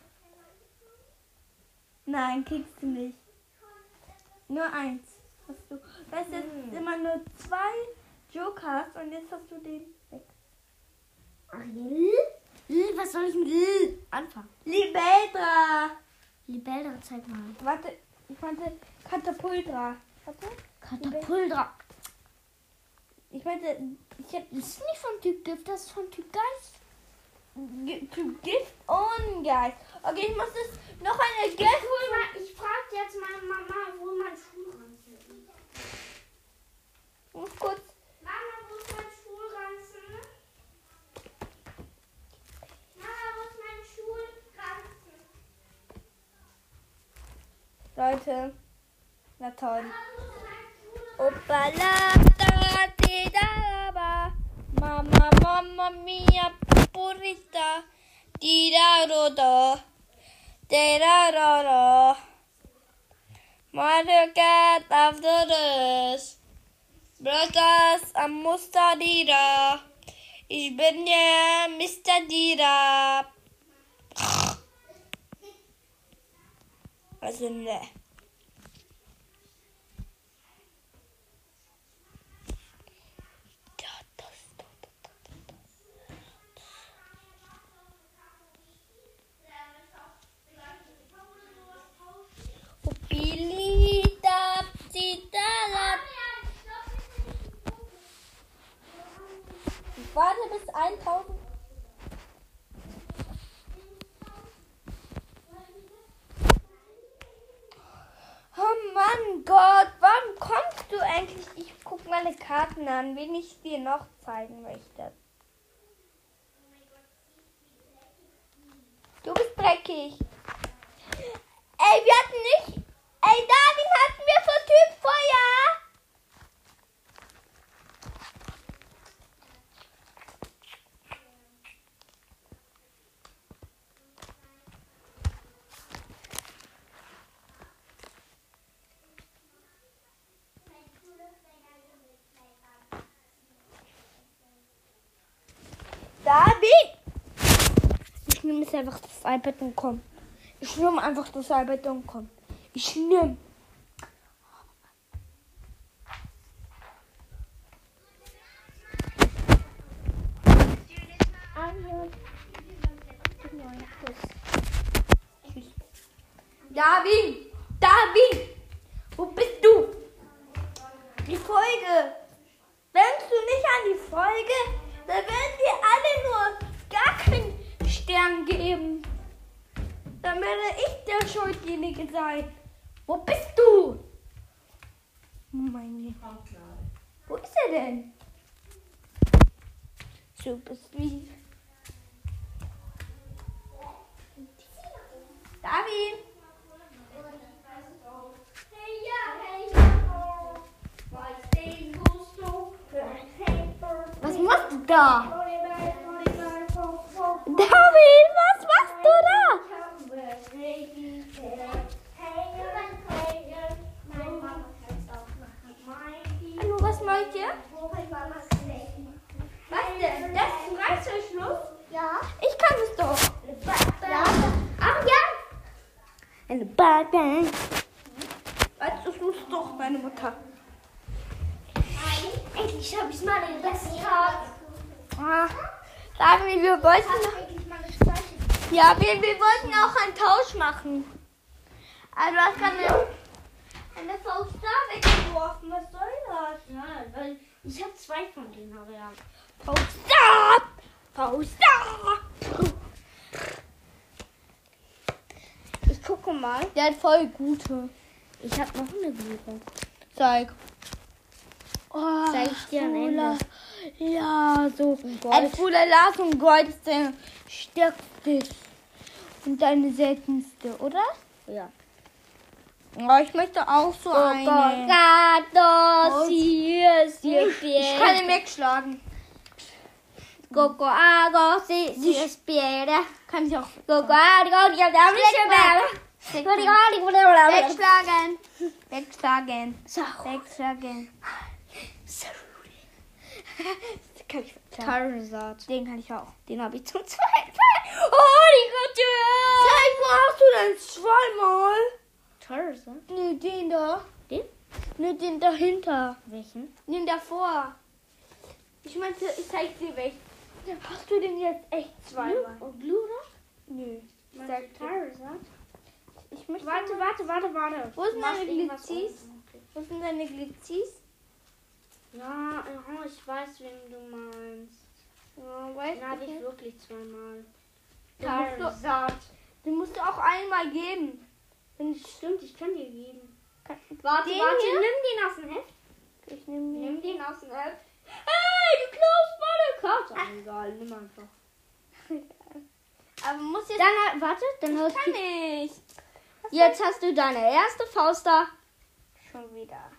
Nein, kriegst du nicht. Nur eins hast du. Weißt du, jetzt Hm. immer nur zwei Jokers und jetzt hast du den weg. Ach, L? L? Was soll ich mit L anfangen? Libeldra. Libelda, zeig mal. Warte, ich meinte Katapultra. Warte. Katapultra. Ich meinte, ich hab Das ist nicht von Typ Gift, das ist von Typ Geist. G- Typ Gift und Geist. Okay, ich muss das noch eine Gift. Ich frage jetzt meine Mama, wo mein Schulranzen ist. Ich muss kurz. Mama, wo ist mein Schulranzen? Mama, wo ist mein Schulranzen? Leute. Na toll. Mama, wo ist mein Schulranzen? Opala, da, di, da, ba. Mama, mamma mia, purita. Di, da, do, do. De, da, do, do. Mother cat of the Rest. Brothers am Muster Dira. Ich bin der Mister Dira. Also ne. Pilita, Zitala. Ich warte bis tausend. Oh Mann, Gott, warum kommst du eigentlich? Ich guck meine Karten an, wen ich dir noch zeigen möchte. Du bist dreckig. Ey, wir hatten nicht. Ey, David hatten wir von Typ Feuer. David! Ich nehme jetzt einfach das iPad und komm. Ich nehme einfach das iPad und komm. Ich nehme. David! David! Wo bist du? Die Folge. Denkst du nicht an die Folge? Da werden wir alle nur gar keinen Stern geben. Dann werde ich der Schuldjenige sein. Wo bist du? Oh mein Gott. Wo ist er denn? Super sweet. Darwin! Was machst du da? Darwin, was machst du da? Hallo, was macht ihr? Was denn? Das ist ein Reißverschluss? Ja. Ich kann es doch. Ja. Ach ja. Eine Bad-Bang. Also, das muss doch meine Mutter. Endlich habe ich mal den besten Tag. Ah, sagen wir, wir wollten noch, Endlich mal das Zeichen. ja, wir, wir wollten auch einen Tausch machen. Aber du hast gerade eine, eine Faust da weggeworfen. Was soll das? Ja, weil ich habe zwei von denen, aber ja. Faust da! Faust da! Ich gucke mal. Der hat voll gute. Ich habe noch eine gute. Zeig. Oh, Zeig ich dir am Fula. Ende. Ja, so. Gold. Ein Fula Las und Gold ist der stärkste und deine seltenste, oder? Ja. Ja, ich möchte auch so eine. Gato, si, si, Ich kann ihn wegschlagen. Coco, ago, si, si, spiere. Kann ich auch. Coco, ago, di abbiamo Wegschlagen. Wegschlagen. So. Wegschlagen. Kann ich wegschlagen. Tarzan. Den kann ich auch. Den habe ich zum zweiten Mal. Oh, die Gute. Zeig mal, hast du denn zweimal? Tarzan? Nee, den da. Den? Nee, den dahinter. Welchen? Den davor. Ich meinte, ich zeig dir weg. Hast du den jetzt echt zweimal? Blue, Blue oder? Nö. Ich Meinst sag du dir. Tarzan? Ich möchte Warte, mal- warte, warte, warte. Wo sind Mach deine irgendwas Glitzis? unten. Wo sind deine Glitzis? Ja, oh, ich weiß, wen du meinst. Ja, weißt Den habe du? ich wirklich zweimal. Den musst du- Tarzan. Den musst du auch einmal geben. Wenn es stimmt, ich kann dir geben. Kann- Warte, Den warte, hier? nimm den aus dem Heft. Ich nehme den. Nimm den aus dem Heft. Hey, du klaust meine Karte. Egal, nimm einfach. Aber muss jetzt. Dann, warte, dann hast kann du. ich. Jetzt hast du deine erste Faust da. Schon wieder.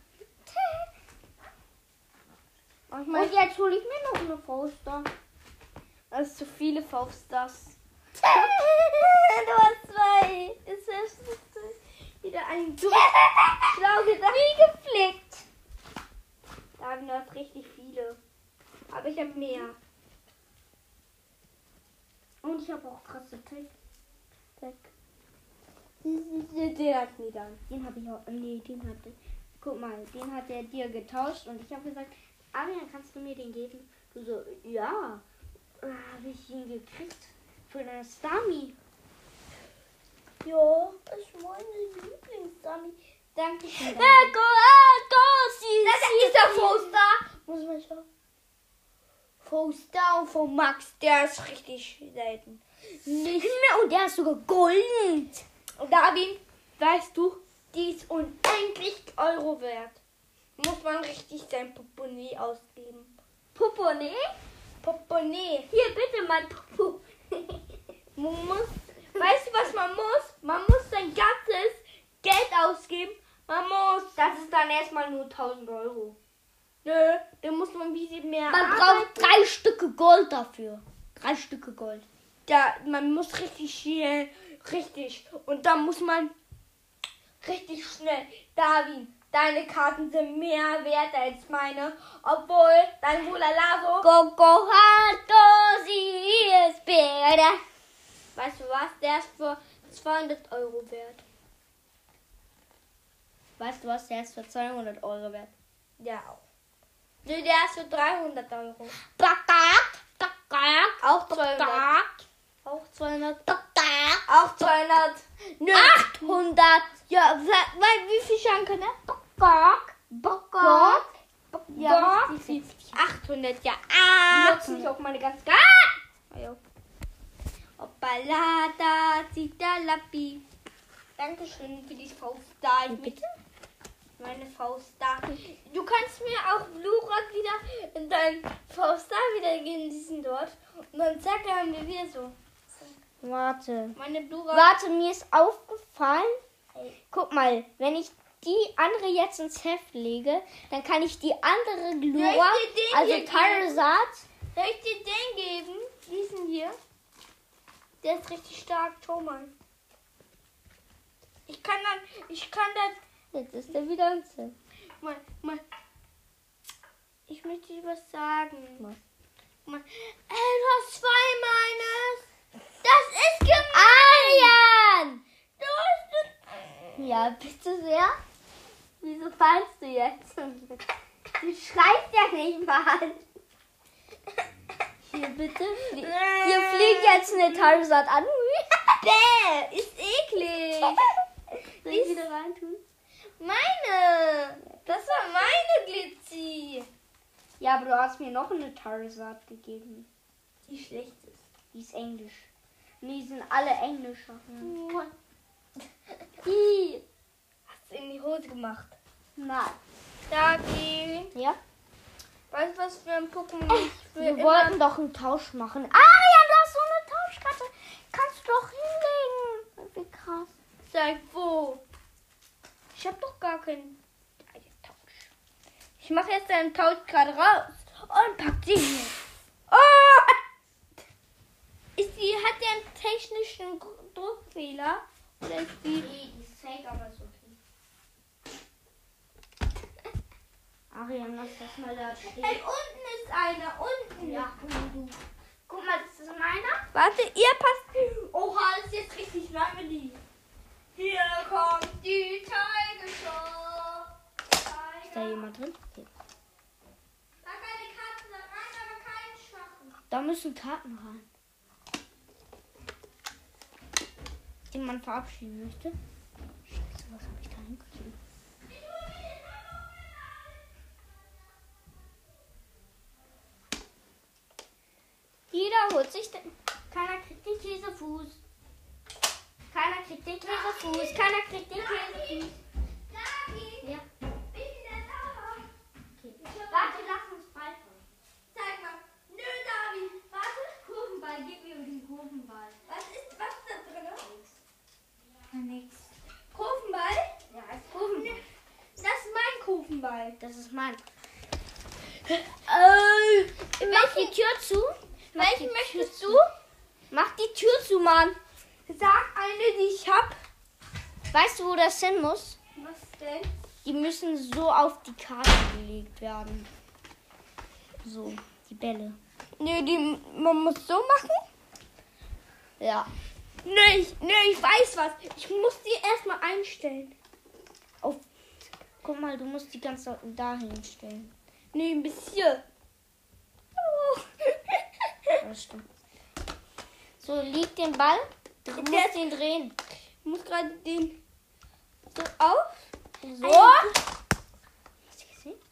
Oh, ich Und möchte, jetzt hole ich mir noch eine Faust da. das ist zu viele Fauststars. Du hast zwei. Ist das wieder ein so schlau gedacht. Wie gepflegt. Da haben wir noch richtig viele. Aber ich habe mehr. Und ich habe auch krasse Tick. Zack. Den hat nie dann. Den habe ich auch. Nee, den hatte. Guck mal, den hat er dir getauscht und ich habe gesagt, Adrian, kannst du mir den geben? Du so, ja. Habe ich ihn gekriegt für eine Stami. Ja, das ist meine Lieblingsdummy. Danke schön. Das ist der Faustar. Muss man schauen. Faustar von Max, der ist richtig selten. Nicht mehr und der ist sogar golden. Und David, weißt du, die ist unendlich Euro wert. Muss man richtig sein Poponné ausgeben. Poponné? Poponné. Hier, bitte mein Popo. Man muss, weißt du, was man muss? Man muss sein ganzes Geld ausgeben. Man muss. Das ist dann erstmal nur tausend Euro. Nö, dann muss man ein bisschen mehr Man arbeiten. braucht drei Stücke Gold dafür. Drei Stücke Gold. Ja, man muss richtig schnell, richtig. Und dann muss man richtig schnell. David, deine Karten sind mehr wert als meine. Obwohl, dein Hulalaso. Coco Hato, sie ist Bär. Weißt du was? Der ist für zweihundert Euro wert. Weißt du was? Der ist für zweihundert Euro wert. Ja, auch. Nee, der ist für dreihundert Euro. Bakak, bakak, Auch zweihundert. bakak, Auch zweihundert. bakak. Auch zweihundert. Nö. achthundert. Ja, wa- weil, wie viel Schaden kann er? Bakak, bakak, Ja, bakak. richtig viel. achthundert, ja. Ah. Nutze nicht auch meine ganz... Ah! Ja. Oppalata, zita lappi. Dankeschön für die Faust da. Ich Bitte? Meine Faust da. Du kannst mir auch Blurock wieder in dein Faust da wieder gehen, die sind dort. Und dann zack, haben wir wieder so. Warte. Meine Dora. Warte, mir ist aufgefallen. Guck mal, wenn ich die andere jetzt ins Heft lege, dann kann ich die andere Glua, Soll ich dir den also hier Charizard. Soll ich dir den geben? Diesen hier. Der ist richtig stark. Schau mal. Ich kann dann, ich kann dann, Jetzt ist der wieder ins Heft. mal, mal. Ich möchte dir was sagen. Was? Mal. Ey, du hast zwei meines. Das ist gemein. Arian! Du hast Ja, bitte sehr. Wieso fallst du jetzt? Du schreist ja nicht mal. Hier bitte. Flie Hier fliegt jetzt eine Charizard an. Bäh, ist eklig. Soll ich wieder reintun? Meine. Das war meine Glitzi. Ja, aber du hast mir noch eine Charizard gegeben. Die schlecht ist. Die ist Englisch. Nee, die sind alle Englischer. Ih. Hast du in die Hose gemacht. Nein. Dagi. Ja? Weißt du, was für ein Pokémon ich für Wir immer- wollten doch einen Tausch machen. Arian, du hast so eine Tauschkarte. Kannst du doch hinlegen. Wie krass. Sag wo? Ich hab doch gar keinen Tausch. Ich mache jetzt einen Tausch gerade raus und pack die hier. Oh! Ist die, hat die einen technischen Gr- Druckfehler? Oder ist die... Nee, die ist fake, aber ist okay. Arian, lass das mal da stehen. Ey, unten ist einer, unten. Ja, du. Guck mal, das ist meiner. Warte, ihr passt... Oha, das ist jetzt richtig lange die. Hier kommt die Tigershow. Ist da jemand drin? Hier. Da keine Karten rein, aber keinen Schwachen. Da müssen Karten rein. Die man verabschieden möchte. Scheiße, was habe ich da hingeschrieben? Jeder holt sich den. Keiner kriegt den Käsefuß. Keiner kriegt den Käsefuß. Keiner kriegt den Käsefuß. Dagi, Ja. bin ich denn da? Okay. Warte, lass uns bald fahren. Zeig mal. Nö, Davi. Warte. Kurvenball, gib mir den Kurvenball. Was ist, was ist da drin? Nix. Kurvenball? Ja, ist Kurvenball. Das ist mein Kurvenball. Das ist mein. Äh, Mach die Tür zu. Mach die welchen Tür möchtest zu. du? Mach die Tür zu, Mann. Sag eine, die ich hab. Weißt du, wo das hin muss? Was denn? Die müssen so auf die Karte gelegt werden. So, die Bälle. Nö, die, man muss so machen? Ja. Nö, ich, nö, ich weiß was. Ich muss die erstmal einstellen. Auf. Guck mal, du musst die ganz dahin stellen. Nee, ein bisschen. Oh. Das stimmt. So, liegt den Ball. Du musst Jetzt- den drehen. Ich muss gerade den so auf. So. Ein- Hast du gesehen?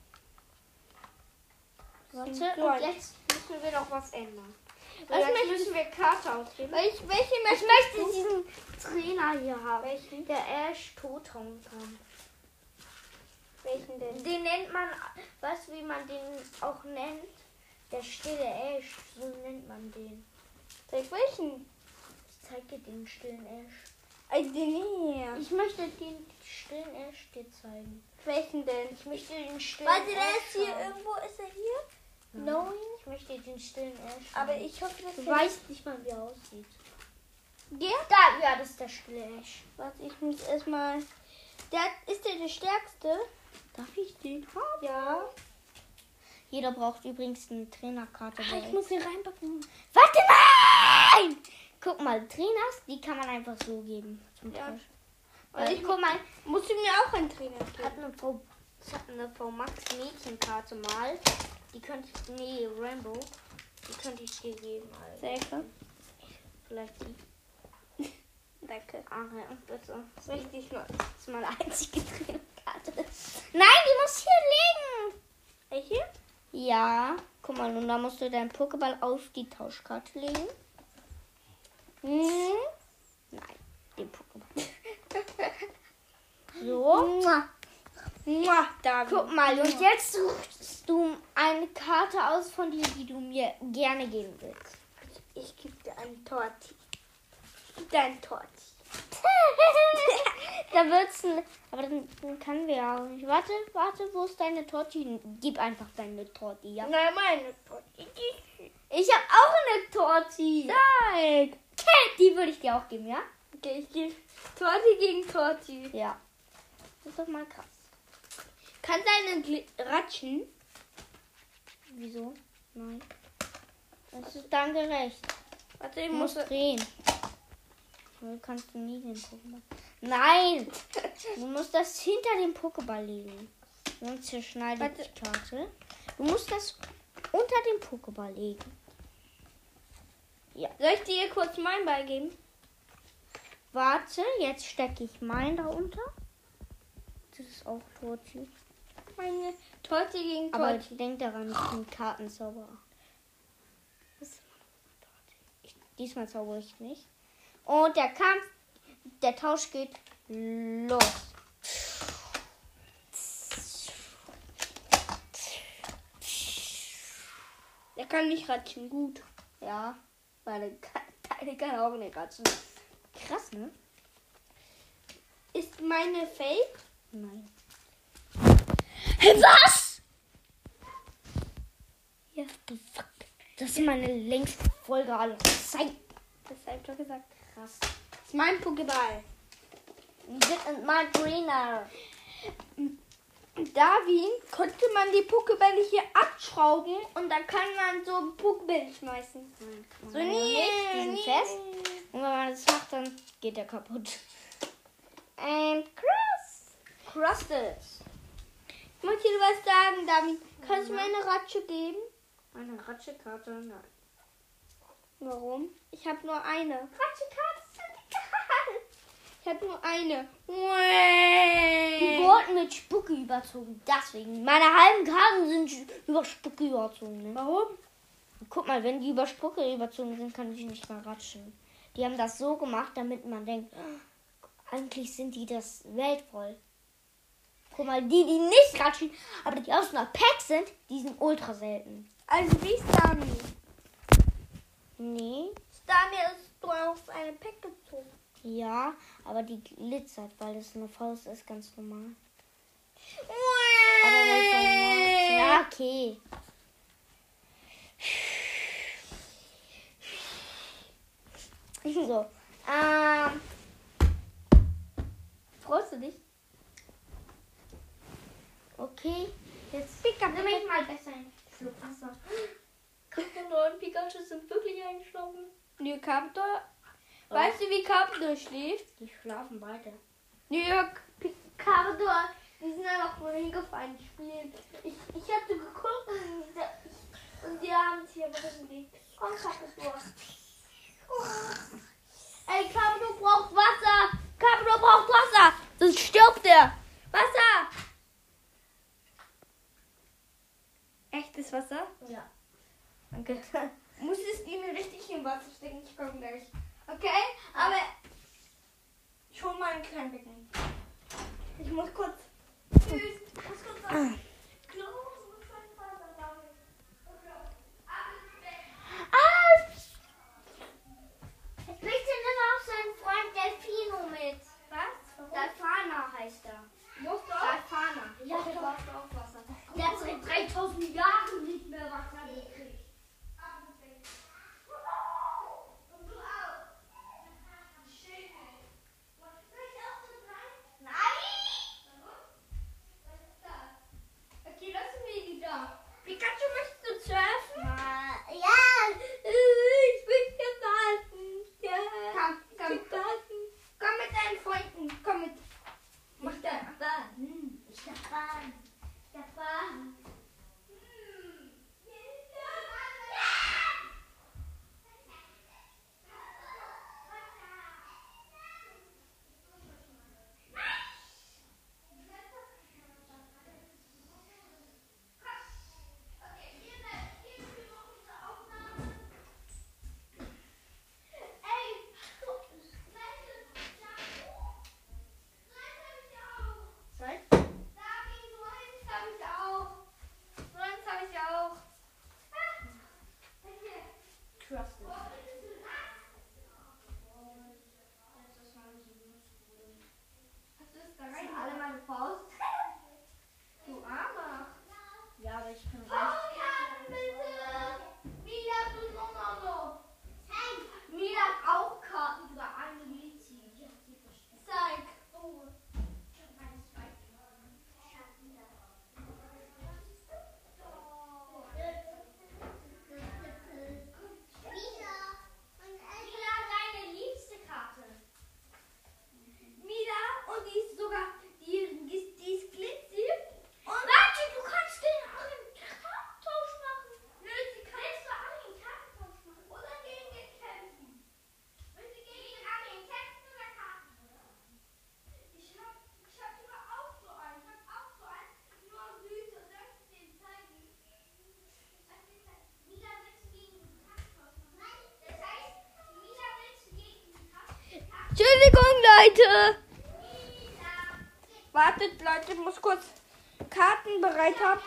Warte, So. und jetzt müssen wir noch was ändern. Was jetzt möchtest müssen wir Karte ausgeben. Welch, welche Ich möchtest möchte du? diesen Trainer hier haben. Welchen? Der Ash Totem kann. Welchen denn? Den nennt man, weißt du, wie man den auch nennt? Der stille Ash, so nennt man den. Sag welchen? Ich zeig dir den stillen Ash. Also den hier. Ich möchte den stillen Ash dir zeigen. Welchen denn? Ich möchte den stillen Warte, der Ash ist hier haben. irgendwo. Ist er hier? Nein, ich möchte den stillen Ash Aber haben. ich hoffe, dass Du der... weißt nicht mal, wie er aussieht. Der? Da, ja, das ist der stille Ash. Warte, ich muss erstmal... Der, ist der der stärkste? Darf ich den haben? Ja. Jeder braucht übrigens eine Trainerkarte. Ah, bei ich muss den reinpacken. Warte, nein! Guck mal, Trainers, die kann man einfach so geben. Zum Ja. Tausch. Und Äh, ich guck mal, Musst du mir auch einen Trainer ich geben? hatte eine V, ich hatte eine V Max Mädchenkarte mal. Die könnte ich, nee, Rainbow. Die könnte ich dir geben. Also. Sicher. Vielleicht die. Danke. Arian, bitte. Richtig neu. Das ist meine einzige Trainerkarte. Nein, die muss hier liegen. Welche? Ja, guck mal, und da musst du deinen Pokéball auf die Tauschkarte legen. Hm? Nein, den Pokéball. So. Mua, David. Guck mal, und jetzt suchst du eine Karte aus von dir, die du mir gerne geben willst. Ich gebe dir einen Torti. Dein Torti. Da wird's ein, aber dann, dann können wir ja auch nicht. Warte, warte, wo ist deine Torti? Gib einfach deine Torti, ja? Nein, meine Torti. Ich habe auch eine Torti. Zeig. Die würde ich dir auch geben, ja? Okay, ich gebe Torti gegen Torti. Ja. Das ist doch mal krass. Kann deine Gl- ratschen? Wieso? Nein. Das ist dann gerecht. Warte, ich Du muss... musst drehen. Du kannst du nie den Pokéball. Nein! Du musst das hinter dem Pokéball legen. Sonst zerschneidet Warte. die Karte. Du musst das unter dem Pokéball legen. Soll ich dir kurz meinen Ball geben? Warte, jetzt stecke ich meinen da unter. Das ist auch Torti. Meine Torti gegen Aber Torti. denk daran, ich bin Kartenzauberer. Ich, diesmal zaubere ich nicht. Und der Kampf, der Tausch geht los. Der kann nicht ratschen. Gut. Ja, meine Teile kann auch nicht ratschen. Krass, ne? Ist meine Fake? Nein. Hey, was? Ja, fuck. Das ist meine längste Folge aller Zeiten. Das hab ich doch gesagt. Krass. Das ist mein Pokéball. This is my trainer. Darwin konnte man die Pokébälle hier abschrauben und dann kann man so ein Pokéball schmeißen. So nie, Die sind nie. fest. Und wenn man das macht, dann geht der kaputt. Ähm, krass. Crusted. Ich muss dir was sagen, Darwin. Kannst du mir eine Ratsche geben? Eine Ratschekarte? Nein. Warum? Ich habe nur eine. Ratschekarte sind egal. Ich habe nur eine. Die wurden mit Spucke überzogen. Deswegen. Meine halben Karten sind über Spucke überzogen. Ne? Warum? Guck mal, wenn die über Spucke überzogen sind, kann ich nicht mal ratschen. Die haben das so gemacht, damit man denkt, oh, eigentlich sind die das weltvoll. Guck mal, die, die nicht ratschen, aber die aus einer Pack sind, die sind ultra selten. Also wie Stami. Nee, Stami ist du auf eine Pack gezogen. ja, aber die glitzert, weil es eine Faust ist, ganz normal. Aber welcher Max? Ja, okay. So, ähm. Freust du dich? Okay, jetzt Pika, nimm ich mal besser einen Schluck Wasser. Carpador und Pikachu sind wirklich eingeschlafen. Nö, Carpador. Weißt du, wie Carpador schläft? Die schlafen beide. Nö, Carpador, die sind einfach nur hingefallen, die spielen. Ich, ich hatte geguckt und die, und die haben sich aber irgendwie. Komm, Carpador. Ey, Carpador braucht Wasser. Carpador braucht Wasser. Sonst stirbt er. Wasser. Echtes Wasser? Ja. Danke. Muss es ihm richtig im Wasser stecken? Ich komme gleich. Okay? Aber schon mal ein kleines Becken. Ich muss kurz. Tschüss. Ich muss kurz sagen. Ich möchte dann auch seinen Freund Delfino mit. Was? Dalfana heißt er. Musst du auch? Dalfana. Ja, der braucht auch Wasser. Der hat seit dreitausend Jahren nicht mehr Wasser gekriegt. Entschuldigung, Leute. Wartet, Leute, ich muss kurz Karten bereit haben.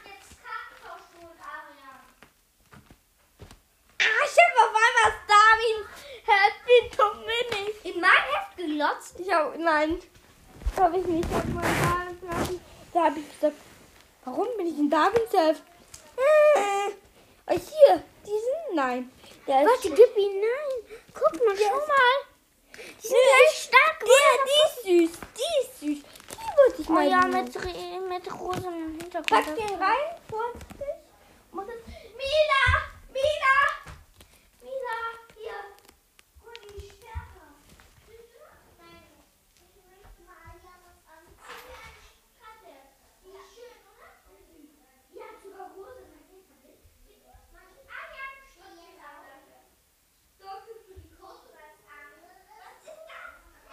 Ah, ich hab auf einmal Darwin. Heft, wie dumm bin ich. In mein Heft gelotzt? Ich hab, nein, das habe ich nicht auf meinem Darwin. Da habe ich gesagt, warum bin ich in Darwins Heft? Äh, oh, hier, diesen, nein. Der ist Warte, gib ihn, nein. Guck mal, schau mal. Die sind echt stark. Der, die ist süß, die ist süß. Die würde ich Oh mal ja, nehmen. mit, Re- mit rosanem Hintergrund. Pack den rein, vorsichtig. Muss es... Mila! Mila! Mila, hier. Hol die Stärke. Nein, ich möchte mal hier was anziehen. Karte. Die ist schön, oder? Die hat sogar rosa Hintergrund. Ah ja, stehen da. Dort ist für die Karte. Was ist das?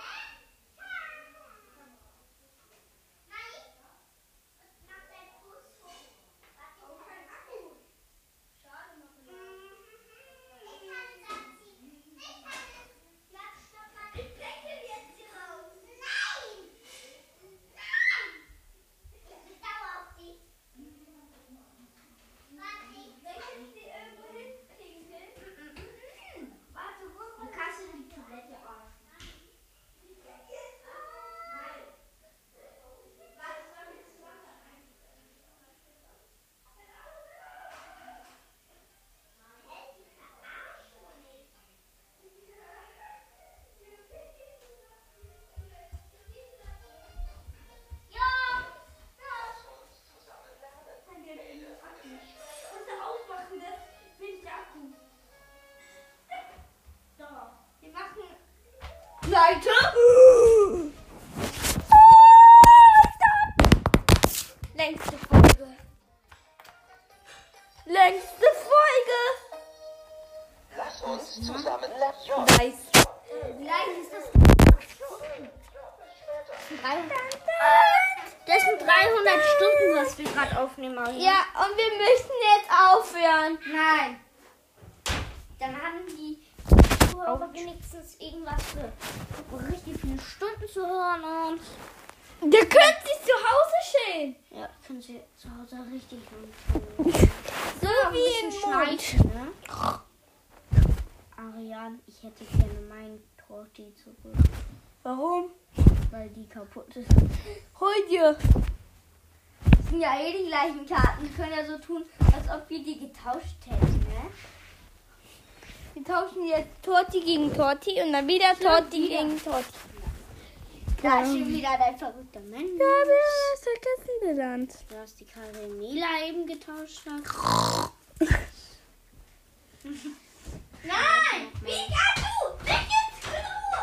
Leute. Längste Folge. Längste Folge. Lass uns zusammen lernen. Nice. Wie lange ist das? dreihundert. Das sind dreihundert Stunden, was wir gerade aufnehmen. Ari. Ja, und wir müssen jetzt aufhören. Nein. Dann haben die Zuhörer wenigstens irgendwas für richtig viele Stunden zu hören und Der könnte sich zu Hause schälen. ja, können sie zu Hause richtig hören. So Ein wie bisschen im Mond. schneiden, ne? Ariane, ich hätte gerne meinen Torti zurück, Warum? weil die kaputt ist. Hol dir. Das sind ja eh die gleichen Karten. Wir können ja so tun, als ob wir die getauscht hätten, ne? Wir tauschen jetzt Torti gegen Torti und dann wieder Torti wieder. gegen Torti. Da ist schon wieder dein verrückter Mensch. Ja, wir haben es vergessen gelernt. Du hast die Karte Mila eben getauscht. Hast. Nein! Wie kannst du? Weg ins Klo!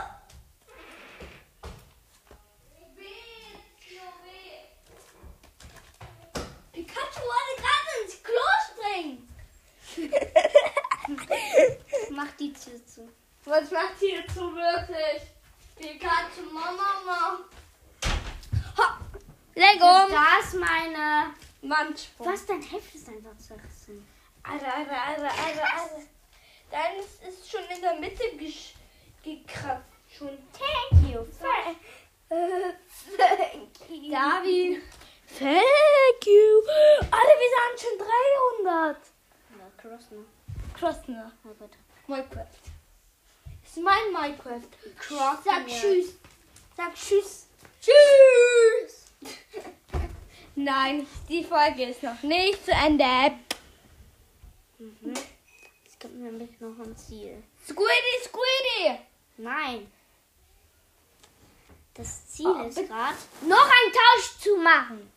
Pikachu wollte gerade ins Klo springen. Mach die Tür zu. Was macht ihr zu wirklich? Pikachu, Mama, Mama. Ha! Leg um! Da ist meine. Mannsprung. Was, dein Heft ist einfach zerrissen. Alter, Alter, Alter, Alter, Alter. Dein ist schon in der Mitte gesch- gekratzt. Schon. Thank you. Thank you. David. Thank you. Alter, wir sind schon dreihundert. Ja, Cross, ne? Crossner. Na bitte. Minecraft. Das ist mein Minecraft. Cross. Sag mir. tschüss. Sag tschüss. Tschüss. Nein, die Folge ist noch nicht zu Ende. Mhm. Es gibt nämlich noch ein Ziel. Squiddy, Squiddy. Nein. Das Ziel Oh, ist bitte. gerade, noch einen Tausch zu machen.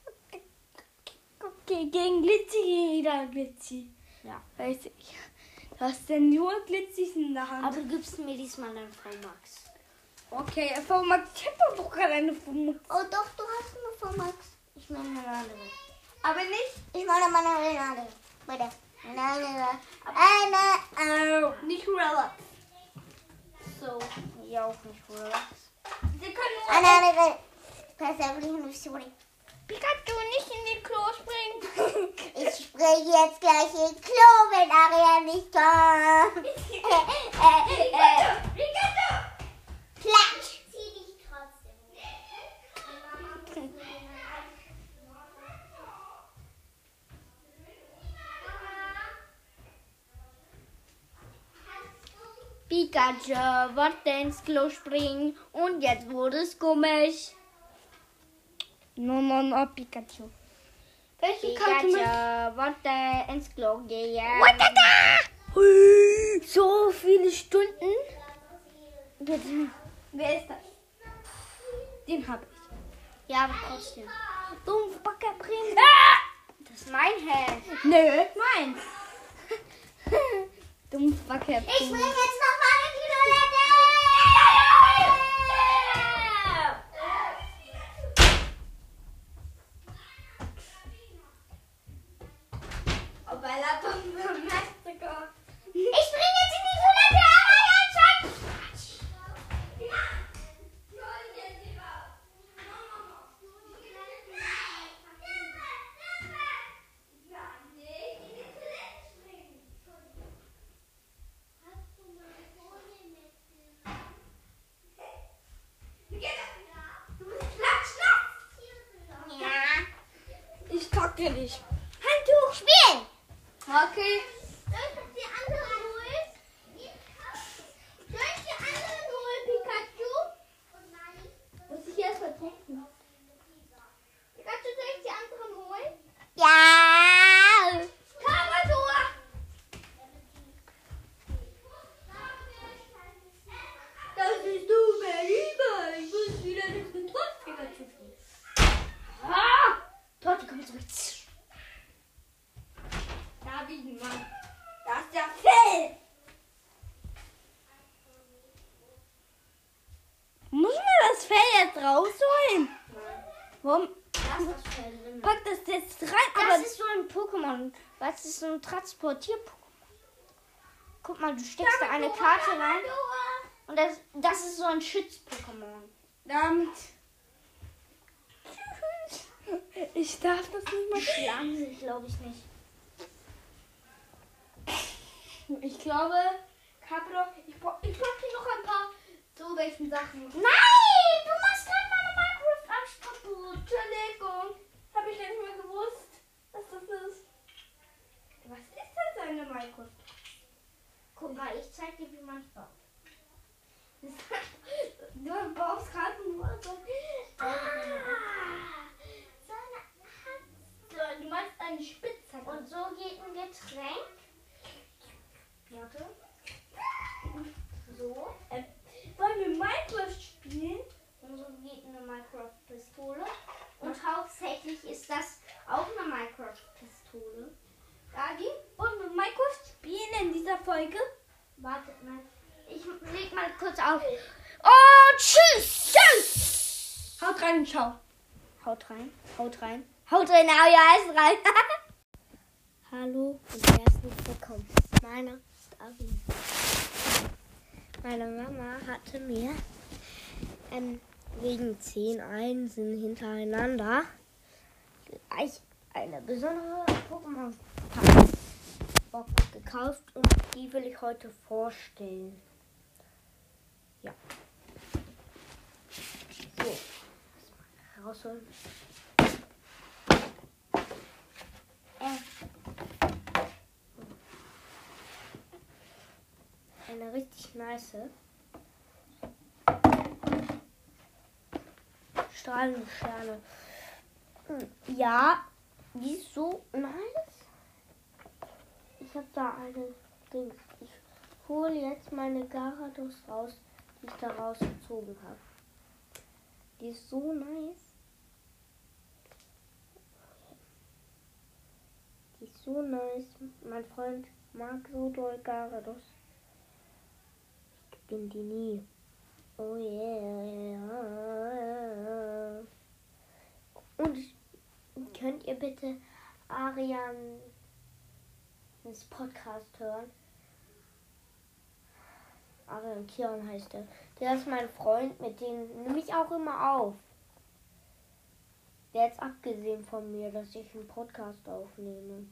Okay, gegen Glitzy, gegen wieder Glitzy. Ja. Weiß ich. Du hast denn nur Glitzys in der Hand. Aber du gibst mir diesmal einen V Max. Okay, V Max, ich hab doch gerade eine V Max. Oh doch, du hast eine V Max. Ich meine eine andere. Aber nicht, Ich meine meine andere. Bitte. Eine andere. Eine. Oh. nicht Relax. So. Ja, auch nicht Relax. Sie können nur Eine andere. Persönliche Story. Pikachu nicht in die Klo springen. Ich springe jetzt gleich in Klo, wenn Ariane nicht kommt. äh, äh, äh. Pikachu! Pikachu wollte ins Klo springen und jetzt wurde es komisch. No, no, no, Pikachu. Welche Karte Pikachu möchtest wollte ins Klo gehen. du? So viele Stunden. Jetzt, wer ist das? Den hab ich. Ja, aber trotzdem. Dummbacker Prinz. Das ist mein Held. Nö, meins. Dummbacker Prinz. Ich bring jetzt noch mal in die Toilette. Aber er hat doch nur Meister. Ich bring jetzt in die Toilette, aber jetzt schon. Ich kacke dich. Handtuch spielen. Okay. Soll ich die anderen holen? Soll ich die anderen holen, Pikachu? Muss ich erst vertecken. Pikachu, soll ich die anderen holen? Ja. Kameradur! Das ist du, mein Lieber. Ich muss wieder das Getränk Pikachu spielen. Ah! Torte, komm zurück. Da liegen, Mann. Da ist der Fell. Muss man das Fell jetzt rausholen? Nein. Warum? Das ist das Fell drin. Pack das jetzt rein. Das Aber ist so ein Pokémon. Was ist so ein Transportier-Pokémon? Guck mal, du steckst da eine Karte rein. Und das, das ist so ein Schütz-Pokémon. damit. Ich darf das nicht mehr. Schlagen sie, glaube ich nicht. Ich glaube, Capro, ich brauche ich brauch hier noch ein paar so welchen Sachen. Nein, du machst gerade meine Minecraft-Angst kaputt. Entschuldigung, habe ich nicht mehr gewusst, was das ist. Was ist denn eine Minecraft? Guck mal, ich zeig dir, wie man es baut. Du baust gerade nur so. Ah, so eine So, du meinst eine Spitzhacke. Und so geht ein Getränk. Warte. So. Äh, wollen wir Minecraft spielen? Und so geht eine Minecraft-Pistole. Und hauptsächlich ist das auch eine Minecraft-Pistole. Dagi, wollen wir Minecraft spielen in dieser Folge? Wartet mal. Ich leg mal kurz auf. Und tschüss! Tschüss! Haut rein und schau. Haut rein, haut rein. Haut rein, hau ja alles rein. Hallo und herzlich willkommen. Meine ist Abi. Meine Mama hatte mir ähm, wegen zehn Einsen hintereinander gleich eine besondere Pokémon-Box gekauft und die will ich heute vorstellen. Ja. So. Erstmal rausholen. Äh. Eine richtig nice strahlende Sterne. Hm, ja, die ist so nice. Ich habe da eine Ding. Ich hole jetzt meine Gyarados raus, die ich da rausgezogen habe. Die ist so nice. Die ist so nice. Mein Freund mag so doll Gyarados. Ich bin die nie. Oh yeah. Und könnt ihr bitte Arians Podcast hören? Arian Kion heißt er. Der ist mein Freund, mit dem nehme ich auch immer auf. Der hat abgesehen von mir, dass ich einen Podcast aufnehme.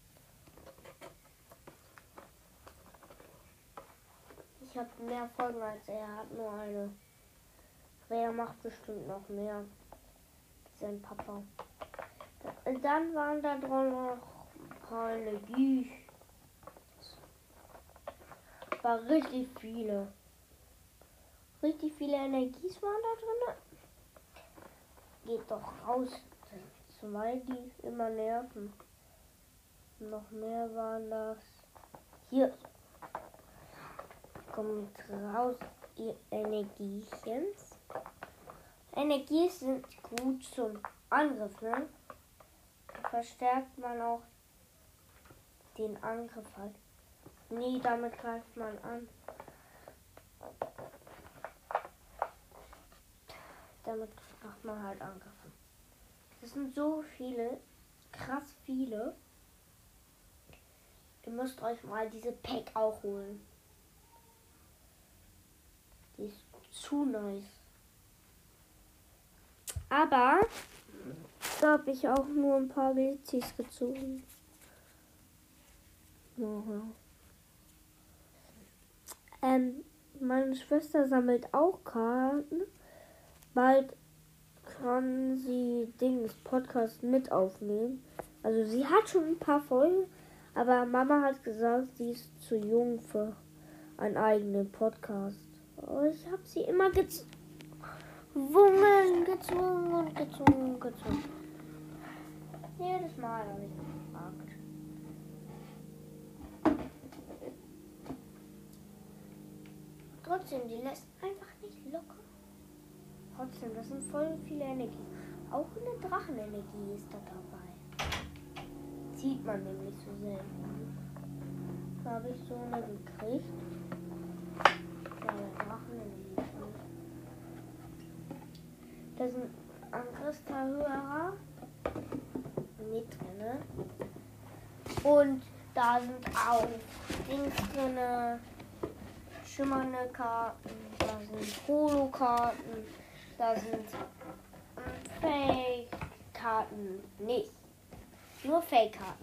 Ich habe mehr Folgen als er, hat nur eine. Aber er macht bestimmt noch mehr. Sein Papa. Dann waren da drin noch ein paar Energies. War richtig viele. Richtig viele Energies waren da drin. Geht doch raus. Zwei, die immer nerven. Noch mehr waren das. Hier. Kommt raus, ihr Energiechens. Energies sind gut zum Angriff, ne? Da verstärkt man auch den Angriff halt. Nee, damit greift man an. Damit macht man halt Angriffe. Das sind so viele, krass viele. Ihr müsst euch mal diese Pack auch holen. Die ist zu nice. Aber da habe ich auch nur ein paar Glitzis gezogen. Ja. Ähm, meine Schwester sammelt auch Karten. Bald kann sie Dings Podcast mit aufnehmen. Also sie hat schon ein paar Folgen, aber Mama hat gesagt, sie ist zu jung für einen eigenen Podcast. Aber ich habe sie immer gezwungen, gezwungen und gezwungen, gezwungen. Jedes Mal habe ich gefragt. Trotzdem, die lässt einfach nicht locker. Trotzdem, das sind voll viele Energie. Auch eine Drachenenergie ist da dabei. Sieht man nämlich so selten. Da habe ich so eine gekriegt. Ja, eine Drachenenergie. Da sind Angriffsverhörer mit drin. Und da sind auch Dings drin. Schimmernde Karten, da sind Holo-Karten, da sind Fake-Karten nicht. Nur Fake-Karten.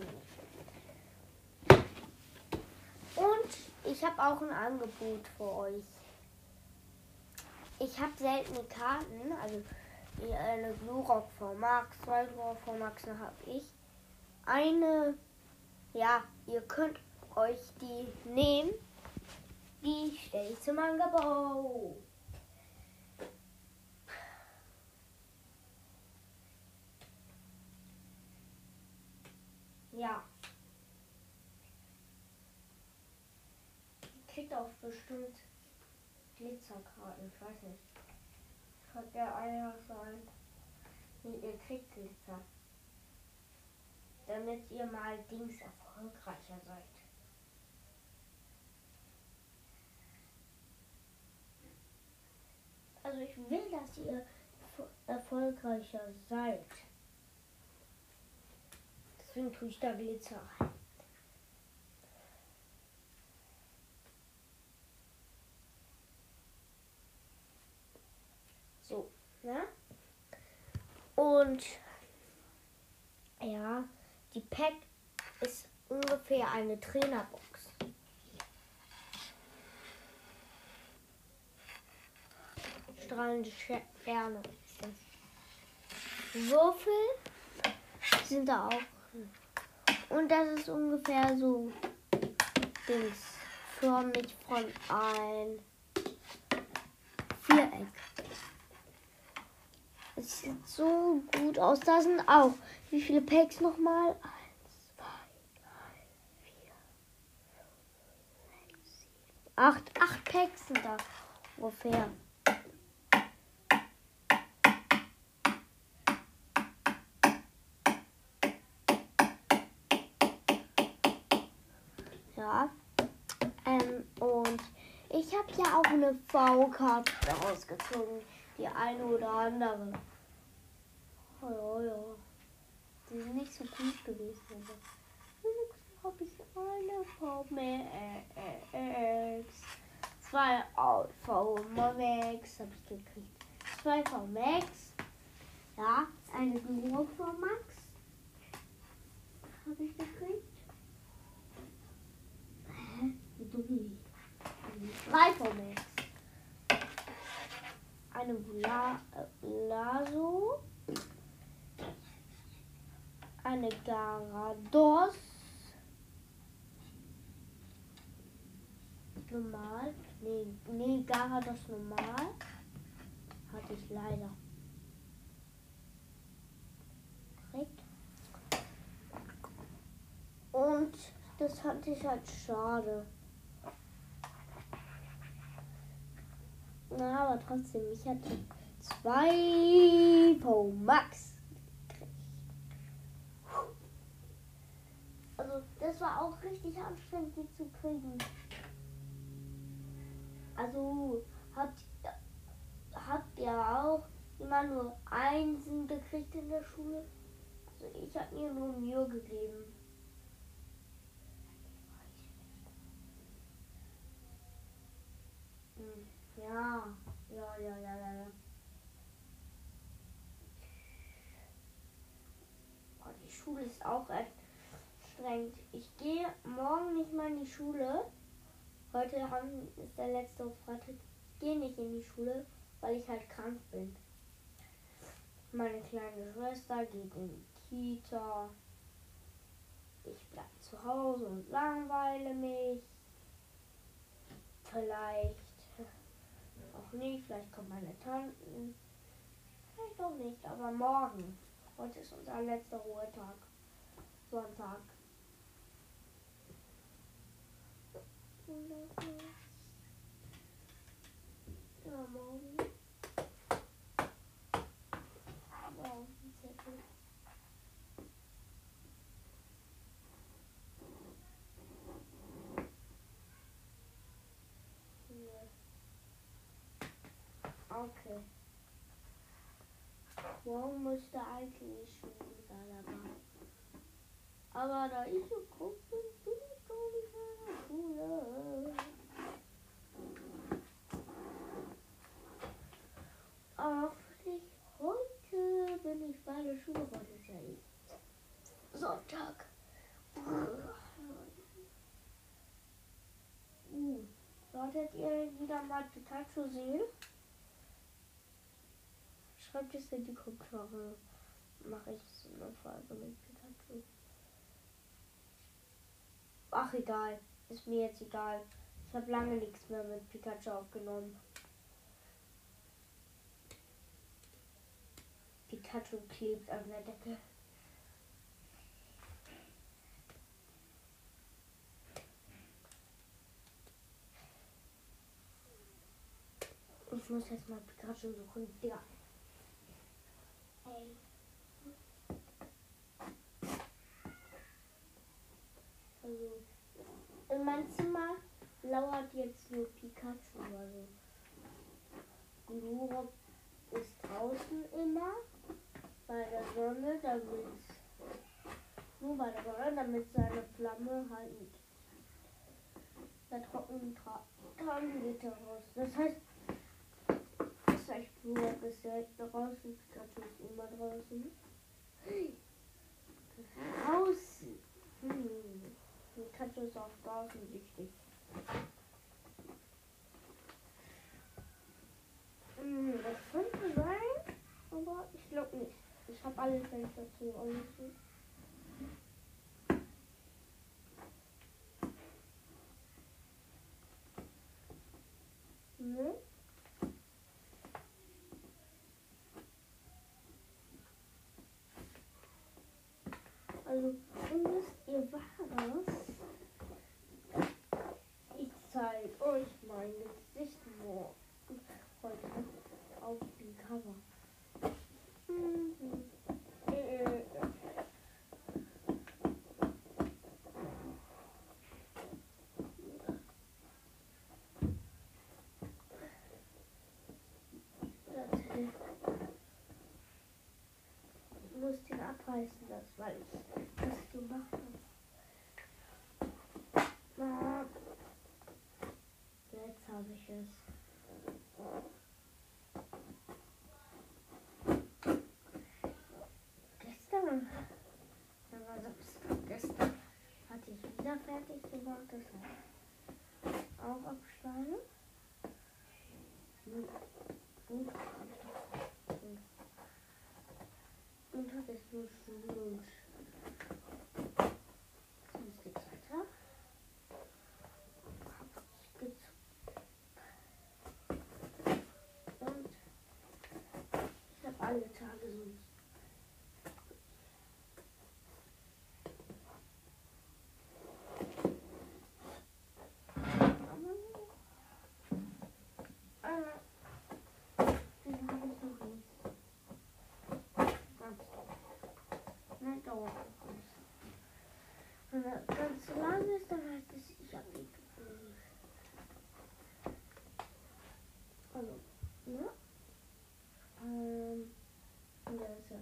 Und ich habe auch ein Angebot für euch. Ich habe seltene Karten, also eine Glurak V Max, zwei Glurak V Max habe ich. Eine, ja, ihr könnt euch die nehmen. Die stelle ich zum Angebot. Ja. Ihr kriegt auch bestimmt Glitzerkarten. Ich weiß nicht. Hat der einer sein. Nee, ihr kriegt Glitzer. Damit ihr mal Dings erfolgreicher seid. Also ich will, dass ihr erfolgreicher seid. Deswegen tue ich da Glitzer rein. So, ne? Und ja, die Pack ist ungefähr eine Trainerbox. Strahlende Sterne. Würfel sind da auch. Und das ist ungefähr so Dings förmig von ein Viereck. Es sieht so gut aus. Da sind auch. Wie viele Packs nochmal? Eins, zwei, drei, vier, fünf, sechs, sieben, acht. Acht Packs sind da ungefähr. Ja, ähm, und ich habe ja auch eine V-Karte rausgezogen, die eine oder andere. Oh, ja, ja. Die sind nicht so gut gewesen. Aber wenigstens habe ich eine V-Max. Zwei V-Max habe ich gekriegt. Zwei V-Max. Ja, eine Glurak V-Max habe ich gekriegt. Drei V-Max. Eine Blazo. Eine Garados. normal. Nee, nee, Garados normal. Hatte ich leider. Direkt. Und das fand ich halt schade. Na, aber trotzdem, ich hatte zwei Pro Max gekriegt. Also, das war auch richtig anstrengend, die zu kriegen. Also, habt, habt ihr auch immer nur Einsen gekriegt in der Schule? Also, ich habe mir nur Mühe gegeben. Hm, ja, ja, ja, ja, ja, ja. Oh, die Schule ist auch anstrengend. Ich gehe morgen nicht mal in die Schule. Heute haben, ist der letzte Freitag. Ich gehe nicht in die Schule, weil ich halt krank bin. Meine kleine Schwester geht in die Kita. Ich bleibe zu Hause und langweile mich. Vielleicht auch nicht. Vielleicht kommen meine Tanten. Vielleicht auch nicht, aber morgen. Heute ist unser letzter Ruhetag. Sonntag. Ja, morgen. Morgen Zettel. Okay. Morgen müsste eigentlich Schule sein, aber. Aber da ich so groß bin, bin ich gar nicht mehr in der Schule. Aber hoffentlich heute bin ich bei der Schule. Heute ist ja eh Sonntag. Uh, solltet ihr wieder mal Pikachu sehen? Schreibt es in die Kommentare. Mache ich so eine Folge mit Pikachu. Ach, egal. Ist mir jetzt egal. Ich habe lange nichts mehr mit Pikachu aufgenommen. Pikachu klebt an der Decke. Ich muss jetzt mal Pikachu suchen. Digga. Hey. Also, in meinem Zimmer lauert jetzt nur Pikachu. Also, Luro ist draußen immer bei der Sonne, damit nur bei der Sonne, damit seine Flamme halt nicht der trockenen Tagen geht er raus. Das heißt, das heißt, Luro ist direkt draußen, Pikachu ist immer draußen. Draußen. Hm. Pikachu ist auch draußen wichtig. Hm, das könnte sein, aber ich glaube nicht. Ich habe alle Fenster zu offen. Ne? Also, und wisst ihr was? Ich zeige euch mein Gesicht morgen. Heute auf dem Cover. Mhm. Äh, Ich muss den abreißen, das, weil ich das gemacht habe. Jetzt habe ich es. Gestern, ja, also gestern hatte ich wieder fertig gemacht, das heißt auch abschneiden. Und, und, und hat es nur Schule und sonst geht's weiter. Hab ich gezogen. Also, ne? Ähm, und da ist er.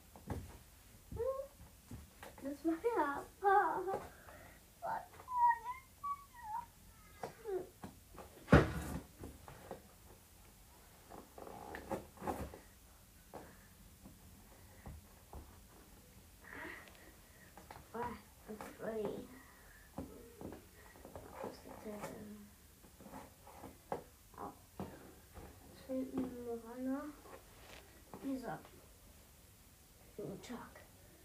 Das war ja. Dieser Tag.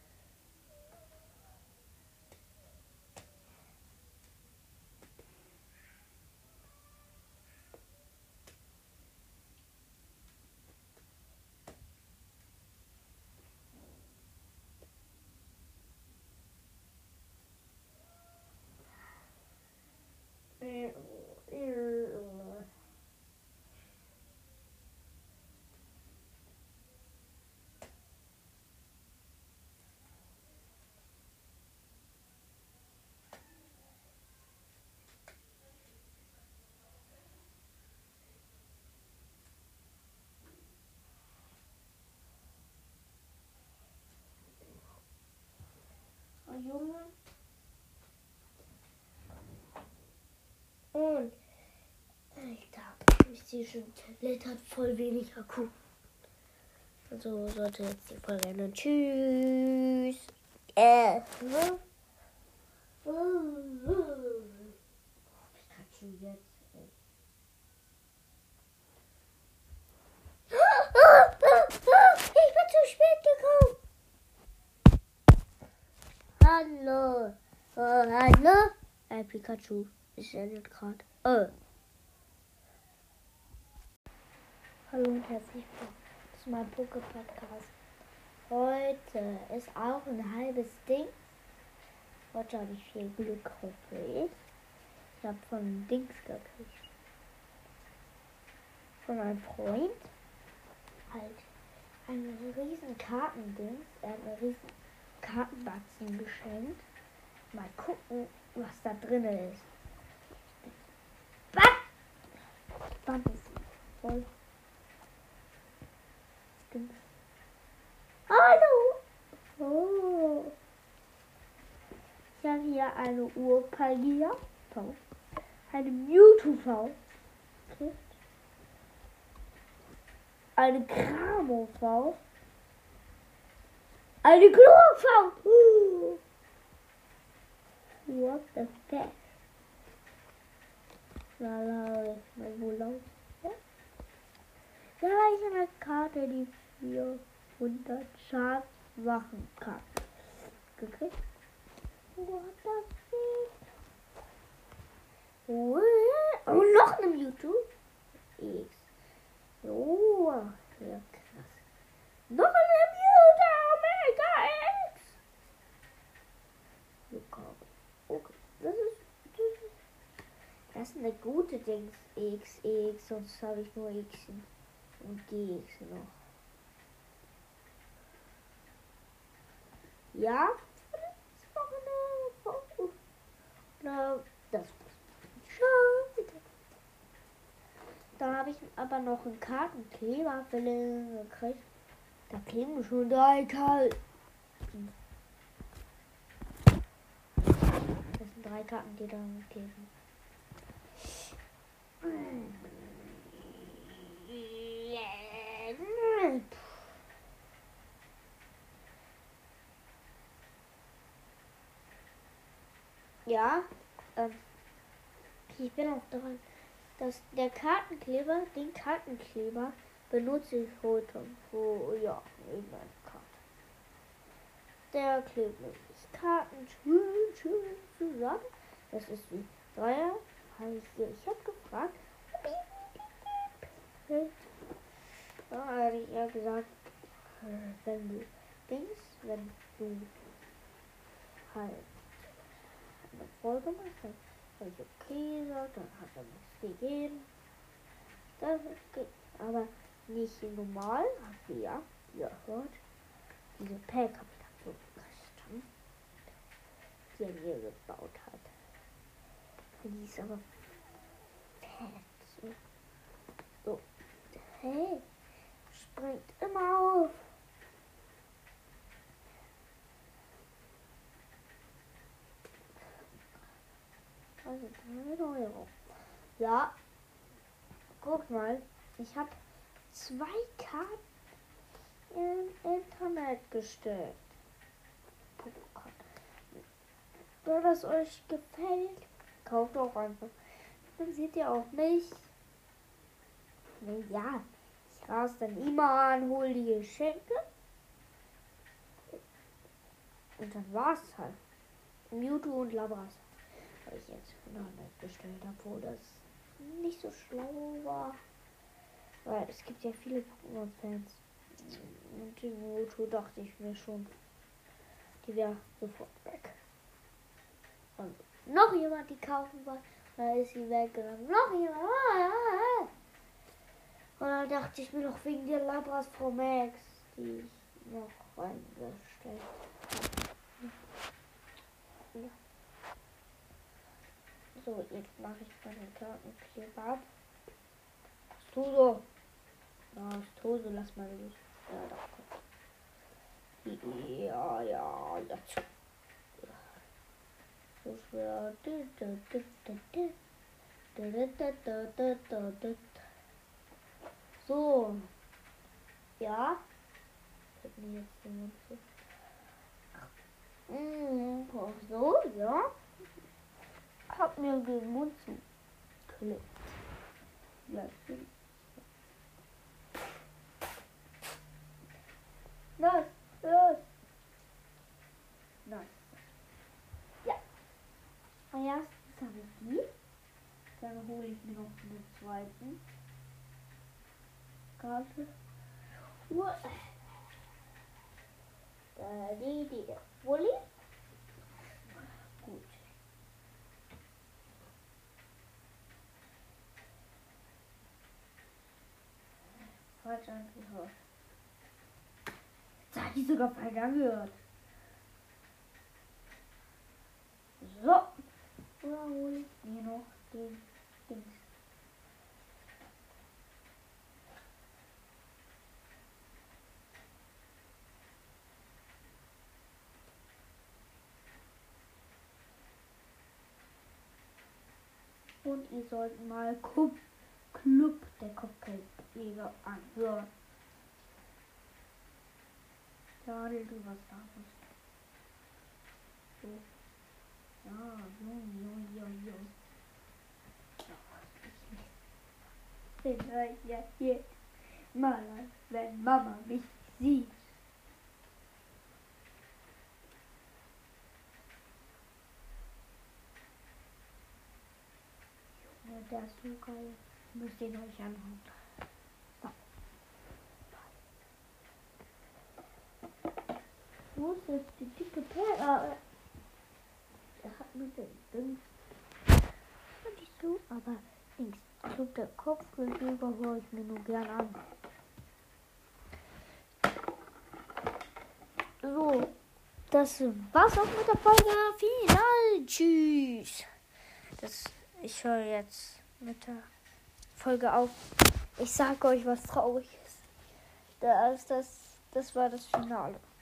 Junge. Und Alter, ich sehe schon, Tablet hat voll wenig Akku. Also sollte jetzt die Folge enden. Tschüss. Äh. Pikachu jetzt. Ich bin zu spät gekommen. Hallo. Oh, hallo. Äh, Pikachu. Ich endet gerade. Oh. Hallo und herzlich willkommen zu meinem Poké-Podcast. Heute ist auch ein halbes Ding. Heute habe ich viel Glück, hoffe ich. Ich habe von Dings gekriegt. Von meinem Freund. Halt ein riesen Kartendings. Er hat mir riesen Kartenbatzen geschenkt. Mal gucken, was da drin ist. Was? Was ist voll? Dings. Hallo! Oh. Ich habe hier eine Urpalgia V. Eine Mewtwo V. Okay. Eine Kramo V. Eine Glor V. Uh. What the fuck? Na, la, mal wo lang? Ja? Da ist eine Karte, die vierhundert Schaden machen kann. Gekriegt? What the fuck? Oh, und noch eine Mewtwo. X. Oh, ja krass. Noch eine Mewtwo Omega X. Okay, das ist, das ist, das ist eine gute Dings. X, X, sonst habe ich nur X und G X noch. Ja, das ist noch eine, na, das schon. Da habe ich aber noch einen Kartenkleber gekriegt. Da kleben schon drei Karten. Das sind drei Karten, die da kleben. Ja, ähm, ich bin auch dran, dass der Kartenkleber, den Kartenkleber benutze ich heute für, ja, irgendeine Karte. Der klebt nämlich Karten schön, schön zusammen. Das ist die Dreier. Ich habe gefragt. Da habe ich ja gesagt, wenn du denkst, wenn du halt eine Folge machst, dann habe ich okay gesagt, dann hat er nichts gegeben. Das geht aber nicht normal, habt ihr ja gehört. Diese Pack habe ich dann so gekriegt, die er mir gebaut hat. Die ist aber fett. So. Hey, springt immer auf. Also dreihundert Euro. Ja, guck mal, ich habe zwei Karten im Internet gestellt. Wenn das euch gefällt, kauft auch einfach. Dann seht ihr auch nicht. Ja, ich ras dann immer an, hol die Geschenke. Und dann war's halt. Mewtwo und Labras. Weil ich jetzt hundert bestellt habe, wo das nicht so schlau war. Weil es gibt ja viele Pokémon-Fans. Und die Mewtwo dachte ich mir schon, die wäre sofort weg. Und noch jemand, die kaufen wollte, da ist sie weggegangen. Noch jemand. Und dann dachte ich mir noch wegen der Labras Pro Max, die ich noch reingestellt habe. Ja. So, jetzt mache ich meine Kartenkleber ab. Was tu so? Was tu so? Lass mal los. Ja, da kommt. Ja, ja, jetzt. So schwer. So. Ja. Ich mir jetzt den Mund zu. Mhm, so, ja. Hab mir den Mund zu. Klebt. Ja, schön. Los, los. Nein. Ja. Erstens habe ich die. Dann hole ich mir noch einen zweiten. Karte. Uah. Da die, die, der Wolli. Gut. Falsch angehört. Jetzt hat die sogar falsch angehört. So. Oder hole ich mir noch den Dings. Und ihr sollt mal Club, Club der Kopfgeldjäger anhören. Daniel, du was da bist. So. Ja, jo, jo, jo, jo. Ich weiß ja hier mal, wenn Mama mich sieht. Junge, der ist so geil. Müsst ihr euch anhören. So. Wo ist jetzt die dicke Perle? Der hat mir den Ding. Nicht so, aber links. Club der Kopfgeldjäger höre ich mir nur gern an. So, das war's auch mit der Folge. Final. Tschüss. Das, ich höre jetzt mit der Folge auf. Ich sage euch was Trauriges. Das, das, das war das Finale.